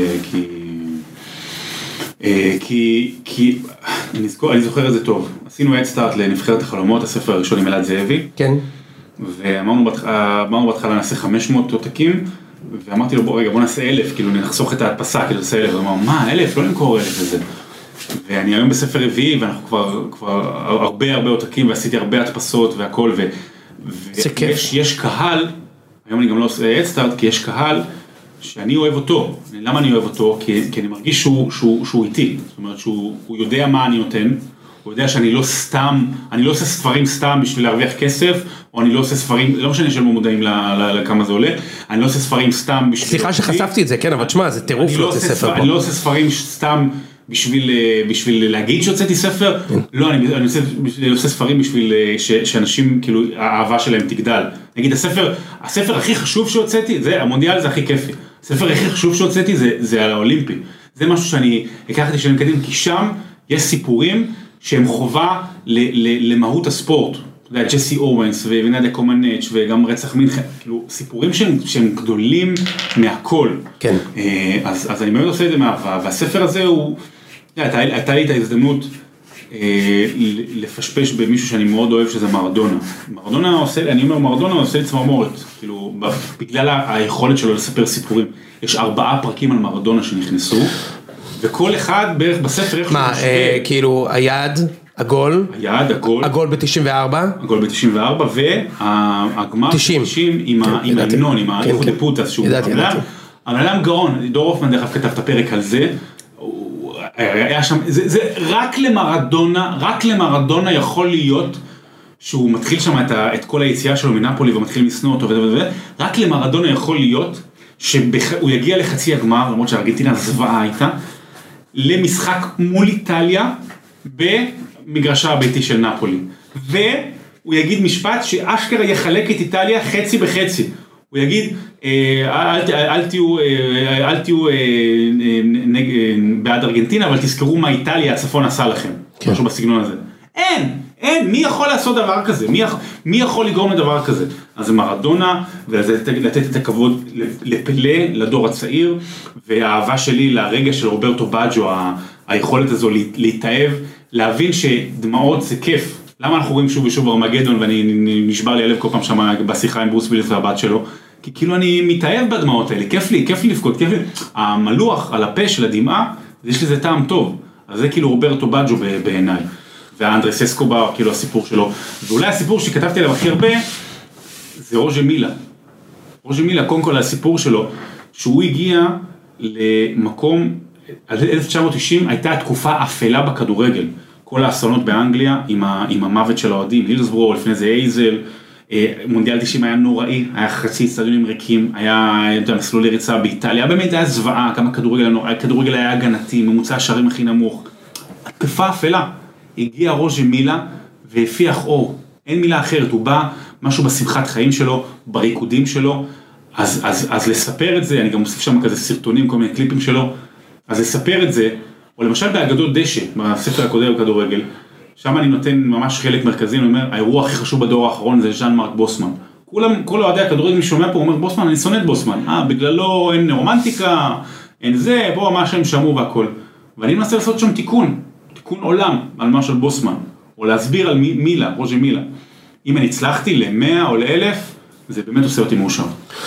כי אני זוכר את זה טוב. עשינו אדסטארט לנבחרת החלומות, הספר הראשון עם אלעד זאבי. כן. ואמרנו בהתחלה נעשה 500 עותקים, ואמרתי לו בוא נעשה 1,000, כאילו נחסוך את ההדפסה, כאילו נעשה 1,000, ואמרנו מה 1,000? לא נמכור 1,000 לזה. ואני היום בספר רביעי, ואנחנו כבר הרבה עותקים, ועשיתי הרבה הדפסות והכל, ויש קהל, היום אני גם לא עושה אדסטארט, כי יש קהל שאני אוהב אותו. למה אני אוהב אותו? כי אני מרגיש שהוא איתי, זאת אומרת שהוא יודע מה אני נותן, הוא יודע שאני לא עושה ספרים סתם בשביל להרוויח כסף, או אני לא עושה ספרים, לא משנה שלא מודעים לכמה זה עולה, אני לא עושה ספרים סתם בשביל... סליחה שחשפתי את זה, כן, אבל תשמע, זה טירוף לא עושה ספר. אני לא עושה ספרים סתם בשביל להגיד שהוצאתי ספר, לא, אני עושה ספרים בשביל שאנשים, כאילו, האהבה שלהם תגדל. נגיד, הספר הכי חשוב שהוצאתי, זה, המונדיאל זה הכי כיפי. הספר הכי חשוב שהוצאתי זה האולימפי. זה משהו שאני הקחתי שנים קדימה, כי שם יש סיפורים שהם חובה למהות הספורט. אתה יודע, ג'סי אורנס ונדיה קומנץ' וגם רצח מינכן, כאילו, סיפורים שהם גדולים מהכל. כן. אז אני מאוד עושה את זה מאהבה, והספר הזה הוא, הייתה לי את ההזדמנות לפשפש במישהו שאני מאוד אוהב, שזה מרדונה. מרדונה עושה לי צמרמורת, כאילו, בגלל היכולת שלו לספר סיפורים. יש 4 פרקים על מרדונה שנכנסו, וכל אחד בערך בספר איך מה, כאילו, היעד, הגול? הגול ב-94? הגול ב-94, והגמר ב-90 עם ההמנון, עם האיחוד דפוטס שהוא עבדה. אבל היה גאון, דור הופמן דרך אגב כתב את הפרק על זה, היה שם, זה רק למרדונה יכול להיות, שהוא מתחיל שם את כל היציאה שלו מנפולי ומתחיל לסנוע אותו רק למרדונה יכול להיות, שהוא יגיע לחצי הגמר, למרות שהארגנטינה זוועה הייתה, למשחק מול איטליה, במגרשה הביתי של נפולי. והוא יגיד משפט שאשכרה יחלק את איטליה חצי בחצי. הוא יגיד, אל תהיו בעד ארגנטינה, אבל תזכרו מה איטליה הצפון עשה לכם. משהו בסגנון הזה. אין, מי יכול לעשות דבר כזה? מי יכול לגרום לדבר כזה? אז זה מרדונה, ולתת את הכבוד לפלה, לדור הצעיר, והאהבה שלי לרגע של רוברטו באג'ו, היכולת הזו להתאהב, להבין שדמעות זה כיף. למה אנחנו רואים שוב ושוב ארמגדון, ואני נשבר לי הלב כל פעם שם בשיחה עם ברוס וויליס והבת שלו, כי כאילו אני מתאהב בדמעות האלה, כיף לי לבכות, כיף לי. המלוח על הפה של הדמעה, יש לזה טעם טוב. אז זה כאילו רוברטו באג'ו בעיניי. והאנדרס אסקובר, כאילו הסיפור שלו. ואולי הסיפור שכתבתי עליו הכי הרבה, זה רוז'ה מילה. רוז'ה מילה, קודם כל הסיפור שלו, שהוא הגיע למקום, 1990 הייתה תקופה אפלה בכדורגל. כל האסונות באנגליה, עם המוות של האוהדים, הילסבורו, לפני זה אייזל, מונדיאל 90 היה נוראי, היה חצי אצטדיונים ריקים, היה מסלולי ריצה באיטליה, באמת היה זוועה, כמה כדורגל היה הגנתי, ממוצע השערים הכי נמוך. התקפה אפלה. הגיע רוז'ה מילה והפיח אור, אין מילה אחרת, הוא בא משהו בשמחת חיים שלו, בריקודים שלו, אז לספר את זה, אני גם מוסיף שם כזה סרטונים, כל מיני קליפים שלו, אז לספר את זה, או למשל באגדות דשא, בספר הקודם בכדורגל, שם אני נותן ממש חלק מרכזי, אני אומר, האירוע הכי חשוב בדור האחרון זה ז'אן מרק בוסמן, כל אוהדי הכדורגל מי שומע פה, הוא אומר, בוסמן, אני שונא את בוסמן, בגללו אין רומנטיקה, אין זה, בוא, מה שהם שמעו והכל, ואני מנסה לעשות שם תיקון עולם על מה של בוסמן, או להסביר על מילה, רוז'ה מילה. אם אני הצלחתי ל100 או ל1000, זה באמת עושה אותי מאושר.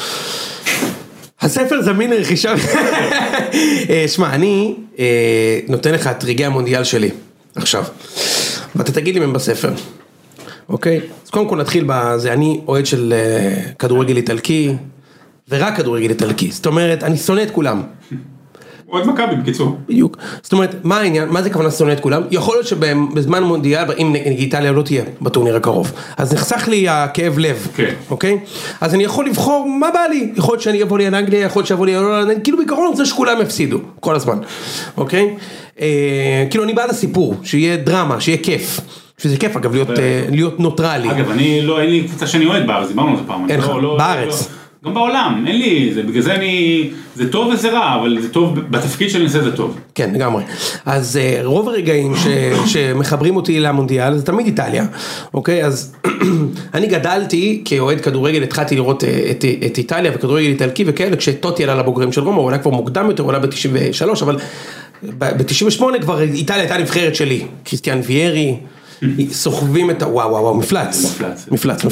הספר זמין לרכישה. שמע, אני נותן לך את רגעי המונדיאל שלי, עכשיו. ואתה תגיד לי מהם בספר. אוקיי? אז קודם כל נתחיל בזה, אני אוהד של כדורגל איטלקי, ורק כדורגל איטלקי. זאת אומרת, אני שונא את כולם. עוד מכבי בקיצור. בדיוק. זאת אומרת, מה העניין? מה זה כוונה שונא את כולם? יכול להיות שבזמן מונדיאל, אם איטליה לא תהיה בטורניר הקרוב, אז נחסך לי הכאב לב. אוקיי? אז אני יכול לבחור מה בא לי. יכול להיות שאני אבוא לי על אנגליה, יכול להיות שאבוא לי על אנגליה, כאילו בעיקרון זה שכולם יפסידו, כל הזמן. אוקיי? כאילו אני בעד הסיפור, שיהיה דרמה, שיהיה כיף. שזה כיף אגב, להיות נוטרלי. אגב, אין לי קבוצה שאני אוהד בארץ, דיברנו על זה פעם. אין לך, בארץ. גם בעולם, אין לי, בגלל זה זה טוב וזה רע, אבל זה טוב, בתפקיד שאני עושה זה טוב. כן, לגמרי. אז רוב הרגעים שמחברים אותי למונדיאל, זה תמיד איטליה, אוקיי? אז אני גדלתי כאוהד כדורגל, התחלתי לראות את איטליה וכדורגל איטלקי וכאלה, כשטוטי עלה לבוגרים של רומא, הוא עלה כבר מוקדם יותר, הוא עלה ב-93, אבל ב-98 כבר איטליה הייתה נבחרת שלי, קריסטיאן ויארי, סוחבים את וואו, מפלץ.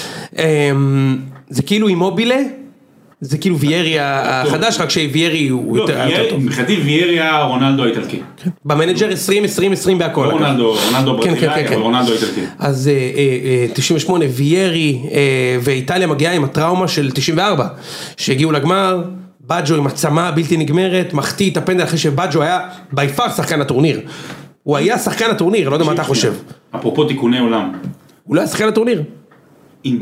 זה כאילו אימובילה, זה כאילו ויירי החדש, רק שוויירי הוא יותר טוב. מבחינתי ויירי היה רונלדו האיטלקי. במנג'ר 20 בהכל. לא רונלדו ברזילאי, אבל רונלדו האיטלקי. אז 98 ויירי ואיטליה מגיעה עם הטראומה של 94, שהגיעו לגמר, באג'ו עם עצמה בלתי נגמרת, מחטיא את הפנדל אחרי שבאג'ו היה ביפר שחקן הטורניר. הוא היה שחקן הטורניר, לא יודע מה אתה חושב. אפרופו תיקוני עולם. הוא לא היה שחקן הטורניר. אם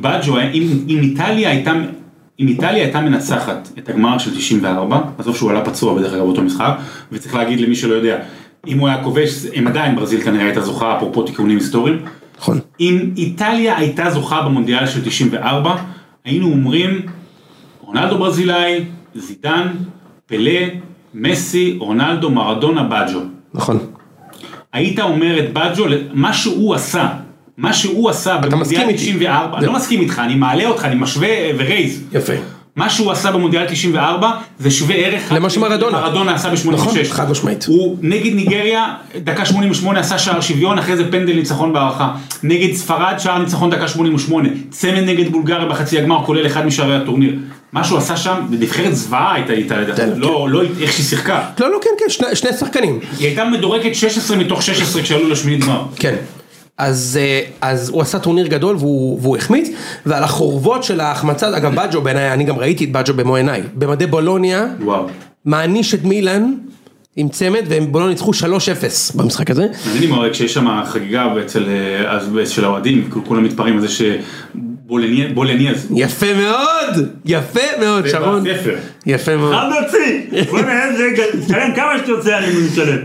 איטליה הייתה מנצחת את הגמר של 94, עזוב שהוא עלה פצוע בדרך כלל באותו משחק, וצריך להגיד למי שלא יודע, אם הוא היה כובש, הם עדיין ברזיל כנראה הייתה זוכה, אפרופו תיקונים היסטוריים. נכון. אם איטליה הייתה זוכה במונדיאל של 94, היינו אומרים, רונלדו ברזילאי, זידן, פלה, מסי, רונלדו, מרדונה, בג'ו. נכון. היית אומר את בג'ו, מה שהוא עשה במונדיאל 94, לא מסכים איתך, אני מעלה אותך, אני משווה ורייז. יפה. מה שהוא עשה במונדיאל 94, זה שווה ערך למה שמרדונה עשה ב-86. נכון, חד משמעית. הוא נגד ניגריה, דקה 88 עשה שער שוויון, אחרי זה פנדל ניצחון בהערכה. נגד ספרד, שער ניצחון דקה 88. צמד נגד בולגריה בחצי הגמר, כולל אחד משערי הטורניר. מה שהוא עשה שם, בנבחרת זוועה הייתה לדעת. לא איך שהיא שיחקה. לא, כן, שני שחקנים. היא הייתה מדורגת 16 מתוך 16 כשעלו לשמינית גמר. כן. אז הוא עשה טורניר גדול והוא החמיץ, ועל החורבות של ההחמצה, אגב בג'ו בעיניי, אני גם ראיתי את בג'ו במו עיניי, במדי בולוניה, מעניש את מילאן עם צמד, והם בולוניה ניצחו 3-0 במשחק הזה. אני מאוד, כשיש שם חגיגה של האוהדים, כולם מתפרים על זה שבולני הזה. יפה מאוד, שרון. יפה מאוד. חד נוציא, בוא נהד רגע, תשלם כמה שאתה רוצה, אני משלם.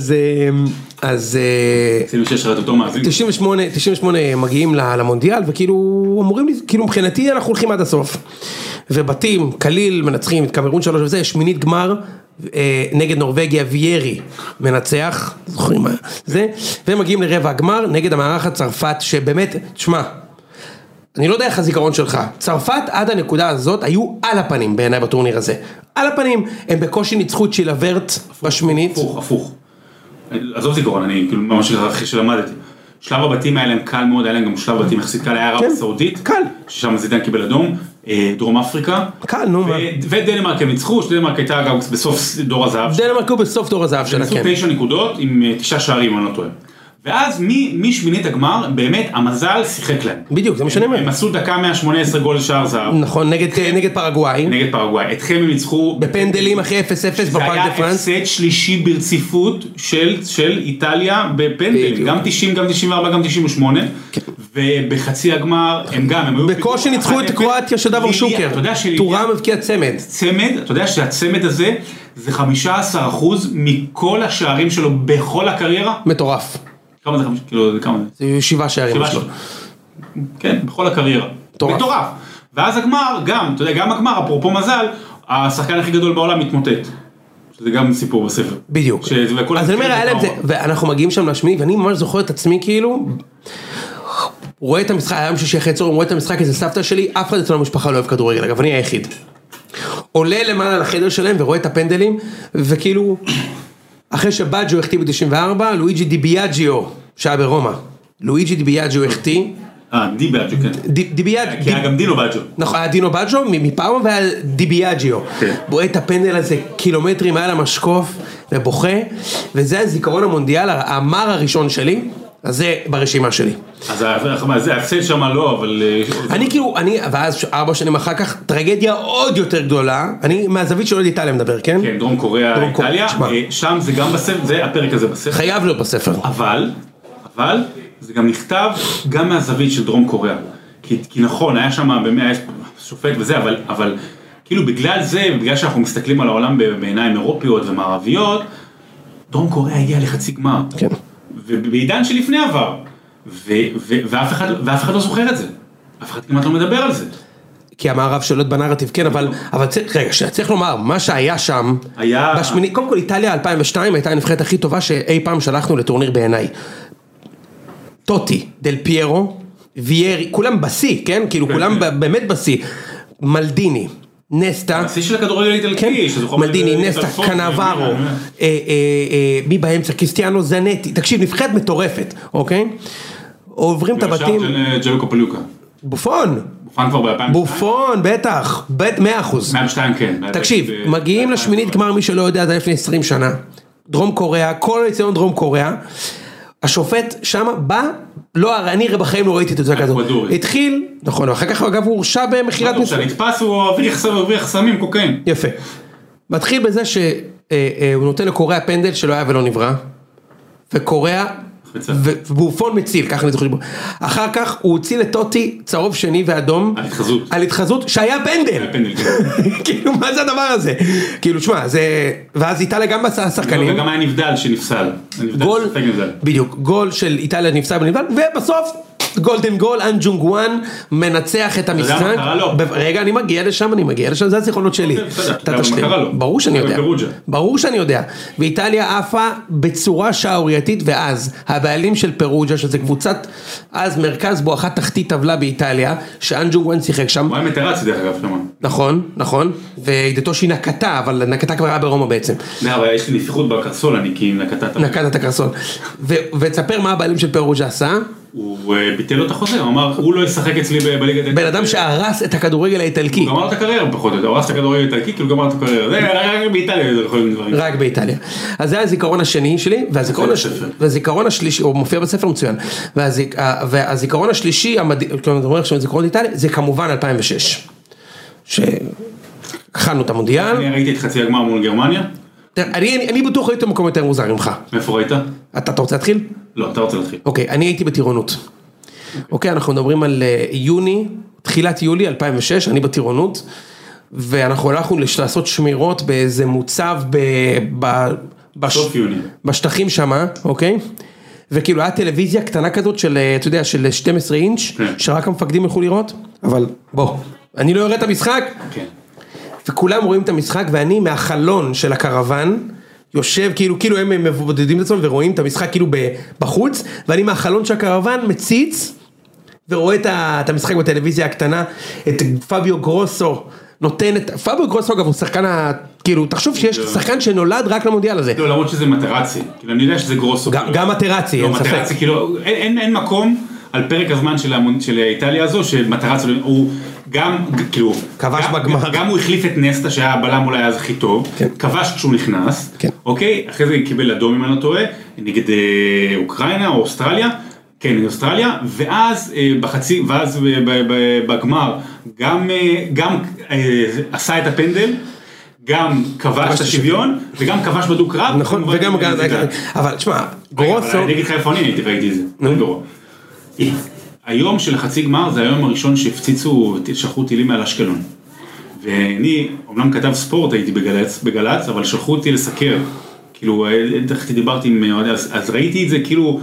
אז 96 ראת אותו מאזין. 98 מגיעים למונדיאל, וכאילו אמורים, כאילו מבחינתי אנחנו הולכים עד הסוף. ובתים, קליל, מנצחים את קמרון 3 וזה, שמינית גמר, נגד נורווגיה, ויירי מנצח, זוכרים מה זה, והם מגיעים לרבע הגמר, נגד המארחת צרפת, שבאמת, תשמע, אני לא יודע איך הזיכרון שלך, צרפת עד הנקודה הזאת היו על הפנים בעיניי בטורניר הזה, על הפנים, הם בקושי ניצחו את שילברט בשמינית. הפוך. עזוב זיכרון, אני כאילו ממש אחרי שלמדתי. שלב הבתים היה להם קל מאוד, היה להם גם שלב בתים יחסית קל, היה ערב הסעודית, קל. ששם זידן קיבל אדום, דרום אפריקה. קל, נו. ודנמרק הם ניצחו, שדנמרק הייתה גם בסוף דור הזהב. דנמרק הוא בסוף דור הזהב שלה, כן. ניצחו 9 נקודות עם 9 שערים, אני לא טועה. ואז משמינית הגמר, באמת המזל שיחק להם. בדיוק, זה משנה מהם. הם עשו דקה 118 גול לשער זהב. נכון, נגד פרגוואי. נגד פרגוואי. אתכם הם ניצחו בפנדלים אחרי 0-0 בפארק דה פרנס. זה היה הפסד שלישי ברציפות של איטליה בפנדלים. גם 90, גם 94, גם 98. ובחצי הגמר הם היו... בקושי ניצחו את קרואטיה של דבור שוקר. טורם הבקיע צמד. אתה יודע שהצמד הזה זה 15% מכל השערים שלו בכל הקריירה? מטורף. כמה זה 5? כמה זה? זה 7 שערים. כן, בכל הקריירה. מטורף. ואז הגמר, אתה יודע, גם הגמר, אפרופו מזל, השחקן הכי גדול בעולם מתמוטט. שזה גם סיפור בספר. בדיוק. אז אני אומר, ואנחנו מגיעים שם לשמיני, ואני ממש זוכר את עצמי כאילו, רואה את המשחק, היום שישי אחרי צהריים, רואה את המשחק, איזה סבתא שלי, אף אחד אצלנו במשפחה לא אוהב כדורגל, אגב, אני היחיד. עולה למעלה לחדר שלהם ורואה את הפנדלים, וכאילו, אחרי שבאג'ו החטיא ב-94, לואיג'י דיביאג'יו, שהיה ברומא. לואיג'י דיביאג'יו החטיא. דיביאג'יו, כן. דיביאג'יו. כי היה גם דינו באג'ו. נכון, היה דינו באג'ו מפארמה והיה דיביאג'יו. רואה את הפנדל הזה קילומטרים, היה למשקוף ובוכה, וזה הזיכרון המונדיאל, המר הראשון שלי, אז זה ברשימה שלי. אז זה הפסד שם לא, אבל... ואז 4 שנים אחר כך, טרגדיה עוד יותר גדולה, אני מהזווית של עוד איטליה מדבר, כן? כן, דרום קוריאה, איטליה, שם זה גם בספר, זה הפרק הזה בספר. חייב להיות בספר. אבל, זה גם נכתב גם מהזווית של דרום קוריאה. כי נכון, היה שם שופט וזה, אבל כאילו בגלל זה, בגלל שאנחנו מסתכלים על העולם בעיניים אירופיות ומערביות, דרום קוריאה הגיעה לחצי גמר. כן. ובעידן שלפני עבר, ואף אחד לא זוכר את זה, אף אחד כמעט לא מדבר על זה. כי המערב שולט בנרטיב, כן, אבל רגע, צריך לומר, מה שהיה שם, קודם כל איטליה 2002 הייתה הנבחרת הכי טובה שאי פעם שלחנו לטורניר בעיניי. טוטי, דל פיירו, ויירי, כולם בסי, כן? כאילו כולם באמת בסי. מלדיני, נסטה, השיא של הכדורגל האיטלקי, מלדיני, נסטה, קנאברו, מי באמצע, קריסטיאנו זנטי, תקשיב, נבחרת מטורפת, אוקיי? עוברים את הבתים, ג'לקו פליוקה, בופון כבר ב-2002, בופון, בטח, 100%, 102 כן, תקשיב, מגיעים לשמינית גמר, מי שלא יודע, זה לפני 20 שנה, דרום קוריאה, כל היציון דרום קוריאה, השופט שם בא, לא, אני בחיים לא ראיתי את זה כזאת, התחיל, נכון, אחר כך אגב הוא הורשע במחירת מסוים. נתפס הוא הבריח סמים, קוקאין. יפה. מתחיל בזה שהוא נותן לקוריאה פנדל שלא היה ולא נברא, וקוריאה ובופון מציל, ככה אני זוכר. אחר כך הוא הציל את טוטי צהוב שני ואדום. על התחזות שהיה פנדל. כאילו מה זה הדבר הזה? כאילו שמע, זה... ואז איטליה גם בשחקנים. וגם היה נבדל שנפסל. גול, בדיוק, גול של איטליה נפסל בנבדל, ובסוף גולדן גול, אנג'ונגואן מנצח את המשחק. רגע, אני מגיע לשם, זה הזיכרונות שלי. ברור שאני יודע. ואיטליה עפה בצורה שערורייתית, ואז הבעלים של פירוג'ה, שזה קבוצת, אז מרכז בואכה תחתית טבלה באיטליה, שאנג'ונגואן שיחק שם. הוא היה מטרצי דרך אגב שמה. נכון, וידטושי נקטה, אבל נקטה כבר היה ברומא בעצם. אבל יש לי נפיחות בקרסול, אני כי נקטה את הקרסול. ותספר מה הבעלים של פירוג'ה עשה. הוא ביטל לו את החוזה, הוא אמר, הוא לא ישחק אצלי בליגה. בן אדם שהרס את הכדורגל האיטלקי. הוא גמר את הקריירה פחות או יותר, הוא הרס את הכדורגל האיטלקי, כי הוא גמר את הקריירה. זה רק באיטליה, זה יכולים דברים. רק באיטליה. אז זה הזיכרון השני שלי, והזיכרון השלישי, הוא מופיע בספר מצוין, והזיכרון השלישי, זה כמובן 2006. שאכלנו את המונדיאל. אני ראיתי את חצי הגמר מול גרמניה. אני בטוח ראיתי במקום יותר מוזר ממך. איפה ראית? אתה רוצה להתחיל? לא, אתה רוצה להתחיל. אוקיי, אני הייתי בטירונות. אוקיי, אנחנו מדברים על יוני, תחילת יולי 2006, אני בטירונות, ואנחנו הלכנו לעשות שמירות באיזה מוצב בסוף יוני. בשטחים שמה, אוקיי? וכאילו היה טלוויזיה קטנה כזאת של, אתה יודע, של 12 אינץ', שרק המפקדים ילכו לראות, אבל בוא, אני לא אראה את המשחק. כן. וכולם רואים את המשחק, ואני מהחלון של הקרוון, יושב כאילו הם מבודדים את עצמם, ורואים את המשחק כאילו בחוץ, ואני מהחלון של הקרוון מציץ, ורואה את המשחק בטלוויזיה הקטנה, את פאביו גרוסו, נותן את, פאביו גרוסו אגב הוא שחקן, כאילו תחשוב שיש שחקן שנולד רק למונדיאל הזה. לא, למרות שזה מטרצי, כאילו אני יודע שזה גרוסו. גם מטרצי, אין ספק. מטרצי, כאילו אין מקום על פרק הזמן של איטליה הזו, שמטרצי הוא גם, כאילו, כבש בגמר. גם הוא החליף את נסטה שהיה הבלם אולי אז הכי טוב, כבש כשהוא נכנס, אוקיי, אחרי זה קיבל אדום אם אני לא טועה, נגד אוקראינה או אוסטרליה, כן, אוסטרליה, ואז בגמר גם עשה את הפנדל, גם כבש את השוויון, וגם כבש בדוק קרב. נכון, וגם, אבל תשמע, גרוסו... אבל אני אגיד לך איפה אני ראיתי את זה. היום של החצי גמר זה היום הראשון שהפציצו, שלחו טילים מעל אשקלון. ואני, אומנם כתב ספורט, הייתי בגלץ, אבל שלחו אותי לסקר. כאילו, דיברתי עם, אז ראיתי את זה כאילו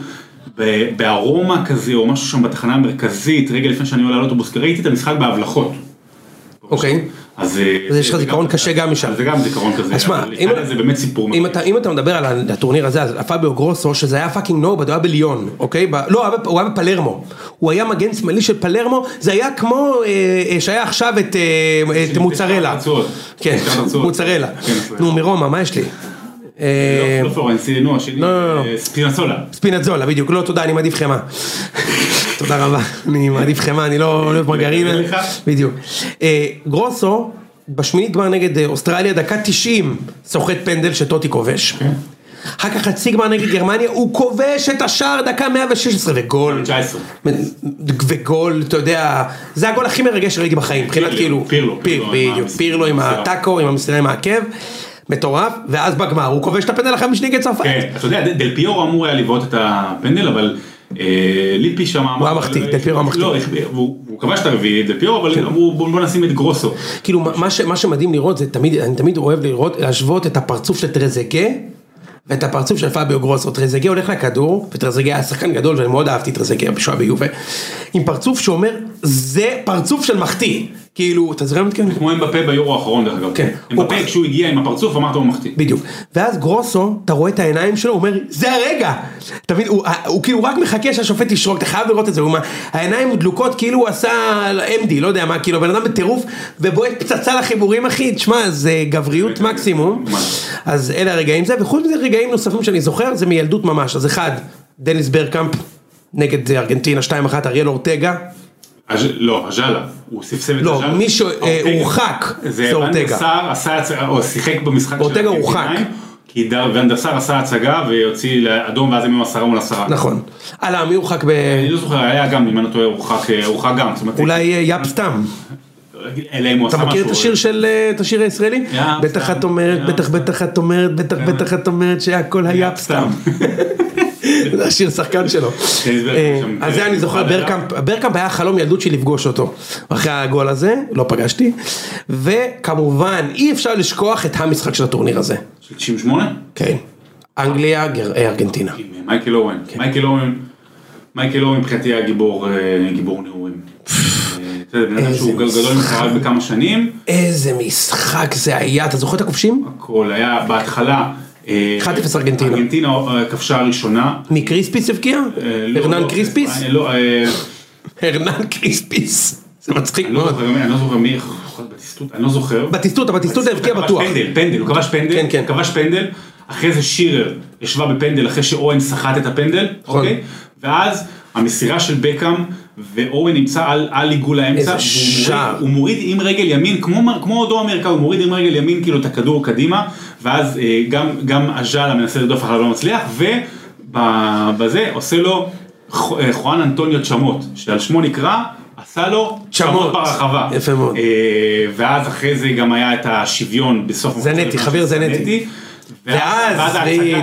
בארומה כזה, או משהו שם בתחנה המרכזית, רגע לפני שאני עולה לאוטובוס, ראיתי את המשחק בהבלחות. אוקיי. אז יש לך זיכרון קשה גם משם. זה גם זיכרון כזה. אז מה, זה באמת סיפור. אם אתה מדבר על הטורניר הזה, אז פאביו גרוסו, שזה היה פאקינג נובד, הוא היה בליון, אוקיי? לא, הוא היה בפלרמו. הוא היה מגן שמאלי של פלרמו, זה היה כמו שהיה עכשיו את מוצרלה. כן, מוצרלה. נו, מרומא, מה יש לי? לא פלורנסי, נו, השני, ספינצולה. ספינצולה, בדיוק, לא, תודה, אני מעדיף חמה. תודה רבה, אני מעדיף חמה, אני לא אוהב מרגרינה. בדיוק. גרוסו, בשמינית גמר נגד אוסטרליה, דקה 90, סוחט פנדל שטוטי כובש. אחר כך חצי גמר נגד גרמניה, הוא כובש את השער דקה 116, וגול. 19. וגול, אתה יודע, זה הגול הכי מרגש שראיתי בחיים, מבחינת כאילו, פירלו עם הטאקו, עם המסתנה עם העקב. מטורף, ואז בגמר הוא כובש את הפנדל אחרי משני נגד צרפת. כן, אתה יודע, דל פיורו אמור היה לבעוט את הפנדל, אבל ליפי שם אמר... הוא היה מחטיא, דל פיורו היה מחטיא. לא, הוא כבש את הרביעי, דל פיורו, אבל אמרו בוא נשים את גרוסו. כאילו, מה שמדהים לראות, זה תמיד, אני תמיד אוהב לראות, להשוות את הפרצוף של טרזגה, ואת הפרצוף של פאביו גרוסו. טרזגה הולך לכדור, וטרזגה היה שחקן גדול, ואני מאוד אהבתי טרזגה בשואה ביובה, עם פרצוף שאומר, זה פרצוף של מחטיא. כאילו, אתה זוכר מתכוון? כמו אמבפה ביורו האחרון דרך אגב. כן. אמבפה כשהוא הגיע עם הפרצוף, אמרת הוא מחטיא. בדיוק. ואז גרוסו, אתה רואה את העיניים שלו, הוא אומר, זה הרגע! אתה מבין, הוא כאילו רק מחכה שהשופט ישרוק, אתה חייב לראות את זה, העיניים דלוקות כאילו הוא עשה MD, לא יודע מה, כאילו, בן אדם בטירוף, ובועט פצצה לחיבורים, אחי, תשמע, זה גבריות מקסימום. אז אלה הרגעים זה, וחוץ מזה רגעים נוספים שאני זוכר, זה מילדות ממש. אז אחד, דניס ברקאמפ, נגד ארגנטינה 2-1, אריאל אורטגה. לא, אג'אלה, הוא ספסב את אג'אלה. לא, מישהו הורחק, זה אורטגה. או שיחק במשחק של אורטגה הורחק. כי ואנדרסר עשה הצגה ויוציא לאדום ואז הם עם 10 מול 10. נכון. הלאה, מי הורחק אני לא זוכר, היה גם, אם אני טועה, הורחק גם. אולי יאפ סתם. אתה מכיר את השיר של, את השיר הישראלי? בטח את אומרת, בטח את אומרת שהכל היה סתם. זה השיר שחקן שלו. אז זה אני זוכר, ברקאמפ היה חלום ילדות שלי לפגוש אותו. אחרי הגול הזה, לא פגשתי. וכמובן, אי אפשר לשכוח את המשחק של הטורניר הזה. של 98? כן. אנגליה, ארגנטינה. מייקל אוון מבחינתי היה גיבור נעורים. שהוא גדול ממך בכמה שנים. איזה משחק זה היה, אתה זוכר את הכובשים? הכל, היה בהתחלה 1-0 ארגנטינה. ארגנטינה כבשה הראשונה. מקריספיס הבקיע? הרנן קריספיס? הרנן קריספיס. זה מצחיק מאוד. אני לא זוכר מי, אני לא זוכר. בטיסטוטה הבקיע בטוח. פנדל, הוא כבש פנדל. אחרי זה שירר ישבה בפנדל אחרי שאורן שחט את הפנדל, אוקיי? ואז המסירה של בקאם ואורן נמצא על עיגול האמצע, הוא מוריד עם רגל ימין, כמו דרום אמריקה, הוא מוריד עם רגל ימין כאילו את הכדור קדימה, ואז גם אג'אלה מנסה לדוף אחריו לא מצליח, ובזה עושה לו חואן אנטוניו צ'מות, שעל שמו נקרא, עשה לו צ'מות ברחבה. יפה מאוד. ואז אחרי זה גם היה את השוויון בסוף. זנתי, חביר זנתי. ואז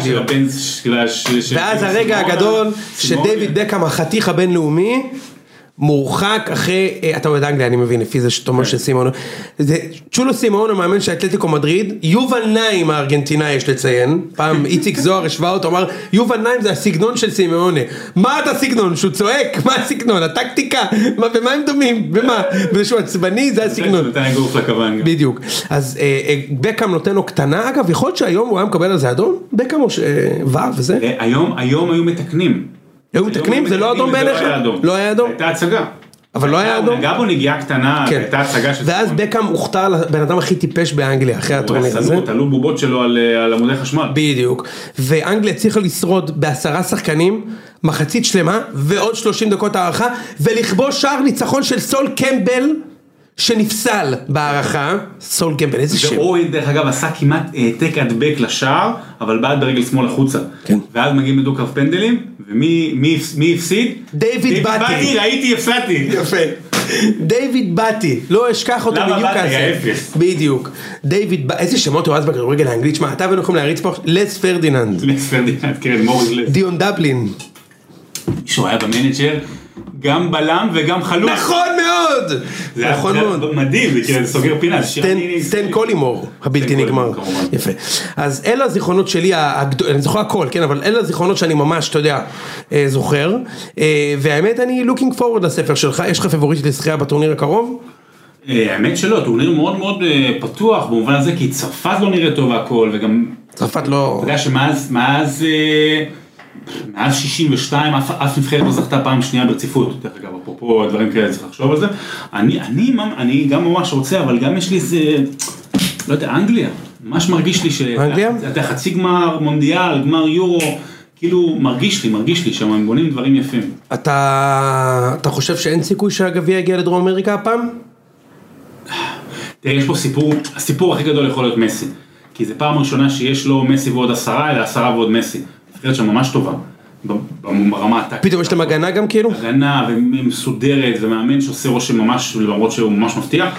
הרגע הגדול שדייוויד בקאם החתיך הבינלאומי מורחק אחרי, אתה יודע אנגליה אני מבין לפי זה שתומר של סימאון, צ'ולו סימאון המאמן של אתלטיקו מדריד, יובל נעים הארגנטינאי יש לציין, פעם איציק זוהר השווה אותו, אמר יובל נעים זה הסגנון של סימאון, מה אתה הסגנון? שהוא צועק, מה הסגנון? הטקטיקה? במה הם דומים? במה? וזה שהוא עצבני זה הסגנון. נותן אגרוף לקוון. בדיוק. אז בקאם נותן לו קטנה, אגב יכול להיות שהיום הוא היה מקבל על זה אדום? בקאם או שוואר וזה? היום היו מתקנים. היו מתקנים? זה לא אדום בעיניך? לא היה אדום? הייתה הצגה. אבל לא היה אדום? נגע בו נגיעה קטנה, הייתה הצגה של... ואז בקאם הוכתר לבן אדם הכי טיפש באנגליה, אחרי הטורניר הזה. תלו בובות שלו על עמודי חשמל. בדיוק. ואנגליה הצליחה לשרוד ב10 שחקנים, מחצית שלמה, ועוד 30 דקות הערכה, ולכבוש שער ניצחון של סול קמבל, שנפסל בהערכה. סול קמבל, איזה שם. ואורן דרך אגב עשה כמעט העתק הדבק לשער, אבל בעד ברגל שמאל החוצה. כן. ואז מגיעים לדו-קרב פנדלים, ומי הפסיד? דיוויד באטי. ראיתי, הפסדתי. יפה. דיוויד באטי, לא אשכח אותו בדיוק למה באטי? היה אפס. בדיוק. דיוויד, איזה שמות הוא אז בכדורגל האנגלית, שמע, אתה ואנחנו יכולים להריץ פה, לס פרדיננד. כן, מוריס לס. דיון דבלין. שהוא היה במנג'ר, גם בלם וגם חלוץ. נכון מאוד! נכון מאוד. זה מדהים, זה סוגר פינה. סטן קולימור, הבלתי נגמר. יפה. אז אלה הזיכרונות שלי, אני זוכר הכל, כן, אבל אלה הזיכרונות שאני ממש, אתה יודע, זוכר. והאמת, אני looking forward לספר שלך. יש לך פבוריטית לשחייה בטורניר הקרוב? האמת שלא, טורניר מאוד מאוד פתוח, במובן הזה, כי צרפת לא נראה טוב הכל, וגם... צרפת לא... אתה יודע שמאז 62 אף נבחרת לא זכתה פעם שנייה ברציפות, דרך אגב, אפרופו דברים כאלה צריך לחשוב על זה, אני גם ממש רוצה, אבל גם יש לי איזה, לא יודע, אנגליה, ממש מרגיש לי שאתה חצי גמר מונדיאל, גמר יורו, כאילו מרגיש לי שהם בונים דברים יפים. אתה חושב שאין סיכוי שהגביע יגיע לדרום אמריקה הפעם? תראה, יש פה הסיפור הכי גדול יכול להיות מסי, כי זה פעם ראשונה שיש לו מסי ועוד 10, אלא 10 ועוד מסי. נבחרת שם ממש טובה, ברמה הטקטית. פתאום יש להם הגנה גם כאילו? הגנה ומסודרת ומאמן שעושה רושם ממש, למרות שהוא ממש מפתיע.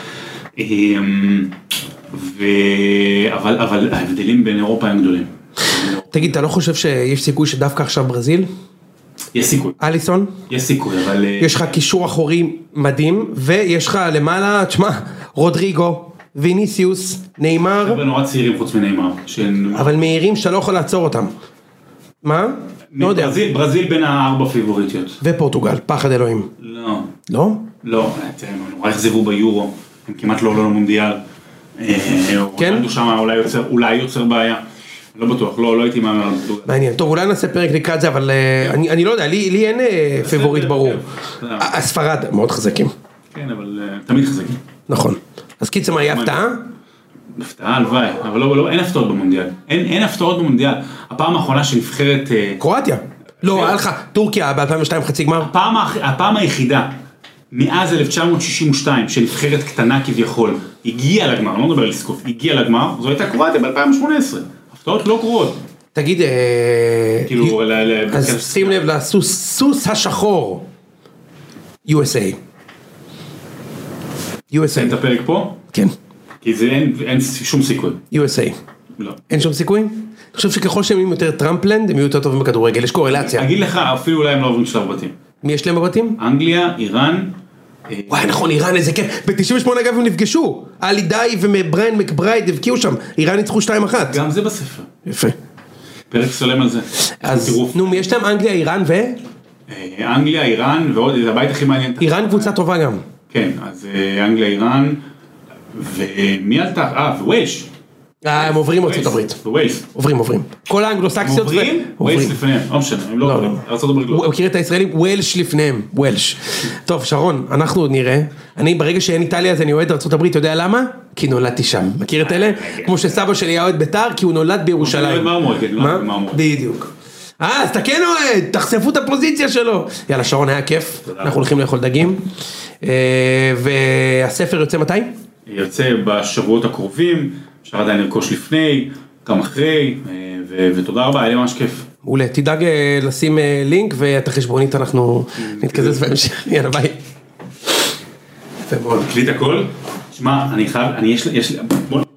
אבל ההבדלים בין אירופה הם גדולים. תגיד, אתה לא חושב שיש סיכוי שדווקא עכשיו ברזיל? יש סיכוי. אליסון? יש סיכוי, אבל... יש לך קישור אחורי מדהים, ויש לך למעלה, תשמע, רודריגו, ויניסיוס, ניימר. חבר'ה נורא צעירים חוץ מניימר. אבל מהירים שאתה לא יכול לעצור אותם. מה? לא יודע. ברזיל בין 4 פיבוריטיות. ופורטוגל, פחד אלוהים. לא. לא? לא, תראה, נורא יחזבו ביורו, הם כמעט לא למונדיאל. כן? אולי יוצר בעיה. לא בטוח, לא הייתי מאמר על פורטוגל. מעניין, טוב, אולי נעשה פרק לקראת זה, אבל אני לא יודע, לי אין פיבוריט ברור. הספרד מאוד חזקים. כן, אבל תמיד חזקים. נכון. אז קיצר מה, יהיה הפתעה? הפתעה, הלוואי, אבל לא, אין הפתעות במונדיאל. אין הפתעות במונדיאל. הפעם האחרונה שנבחרת... קרואטיה. לא, היה לך, טורקיה ב-2002 חצי גמר. הפעם היחידה, מאז 1962, שנבחרת קטנה כביכול, הגיעה לגמר, לא מדבר על לסקוף, הגיעה לגמר, זו הייתה קרואטיה ב-2018. הפתעות לא קרואות. תגיד, אז שים לב לסוס השחור. USA. את הפרק פה? כן. כי זה אין שום סיכוי. USA. לא. אין שום סיכוי? אני חושב שככל שהם יהיו יותר טראמפלנד, הם יהיו יותר טובים בכדורגל, יש קורלציה. אגיד לך, אפילו אולי הם לא עוברים שלב בתים. מי יש להם בבתים? אנגליה, איראן. וואי, נכון, איראן, איזה כיף. ב-98 אגב הם נפגשו. אלי די ובריין מקברייד הבקיעו שם. איראן ניצחו 2-1. גם זה בספר. יפה. פרק שלם על זה. אז, נו, מי יש להם? אנגליה, איראן ו... אנגליה, איראן, ועוד, זה הבית הכי מעניין. איראן קבוצה טובה גם. כן, אז אנגליה, איראן, ומי עלתה? וווילש. הם עוברים ארצות הברית. וווילס. עוברים. כל האנגלוסקסיות... עוברים? ווילס לפניהם, לא משנה, הם לא עוברים. ארצות הברית לא. הוא מכיר את הישראלים? ווילש לפניהם, ווילש. טוב, שרון, אנחנו עוד נראה. אני ברגע שאין איטליה אז אני אוהד ארצות הברית, יודע למה? כי נולדתי שם. מכיר את אלה? כמו שסבא שלי היה אוהד בית"ר, כי הוא נולד בירושלים. מה? בדיוק. אז אתה כן אוהד, תחשפו את הפוזיציה שלו. יאללה, שרון, היה כיף. אנחנו הולכים לאכול דגים. והספר יוצא מתי? יוצא בשבועות הקרובים, אפשר עדיין לרכוש לפני, גם אחרי, ותודה רבה, היה לי ממש כיף. מעולה, תדאג לשים לינק, ואת החשבונית אנחנו נתקזז בהמשך. יאללה, ביי. תקליט הכל? שמע, יש לי,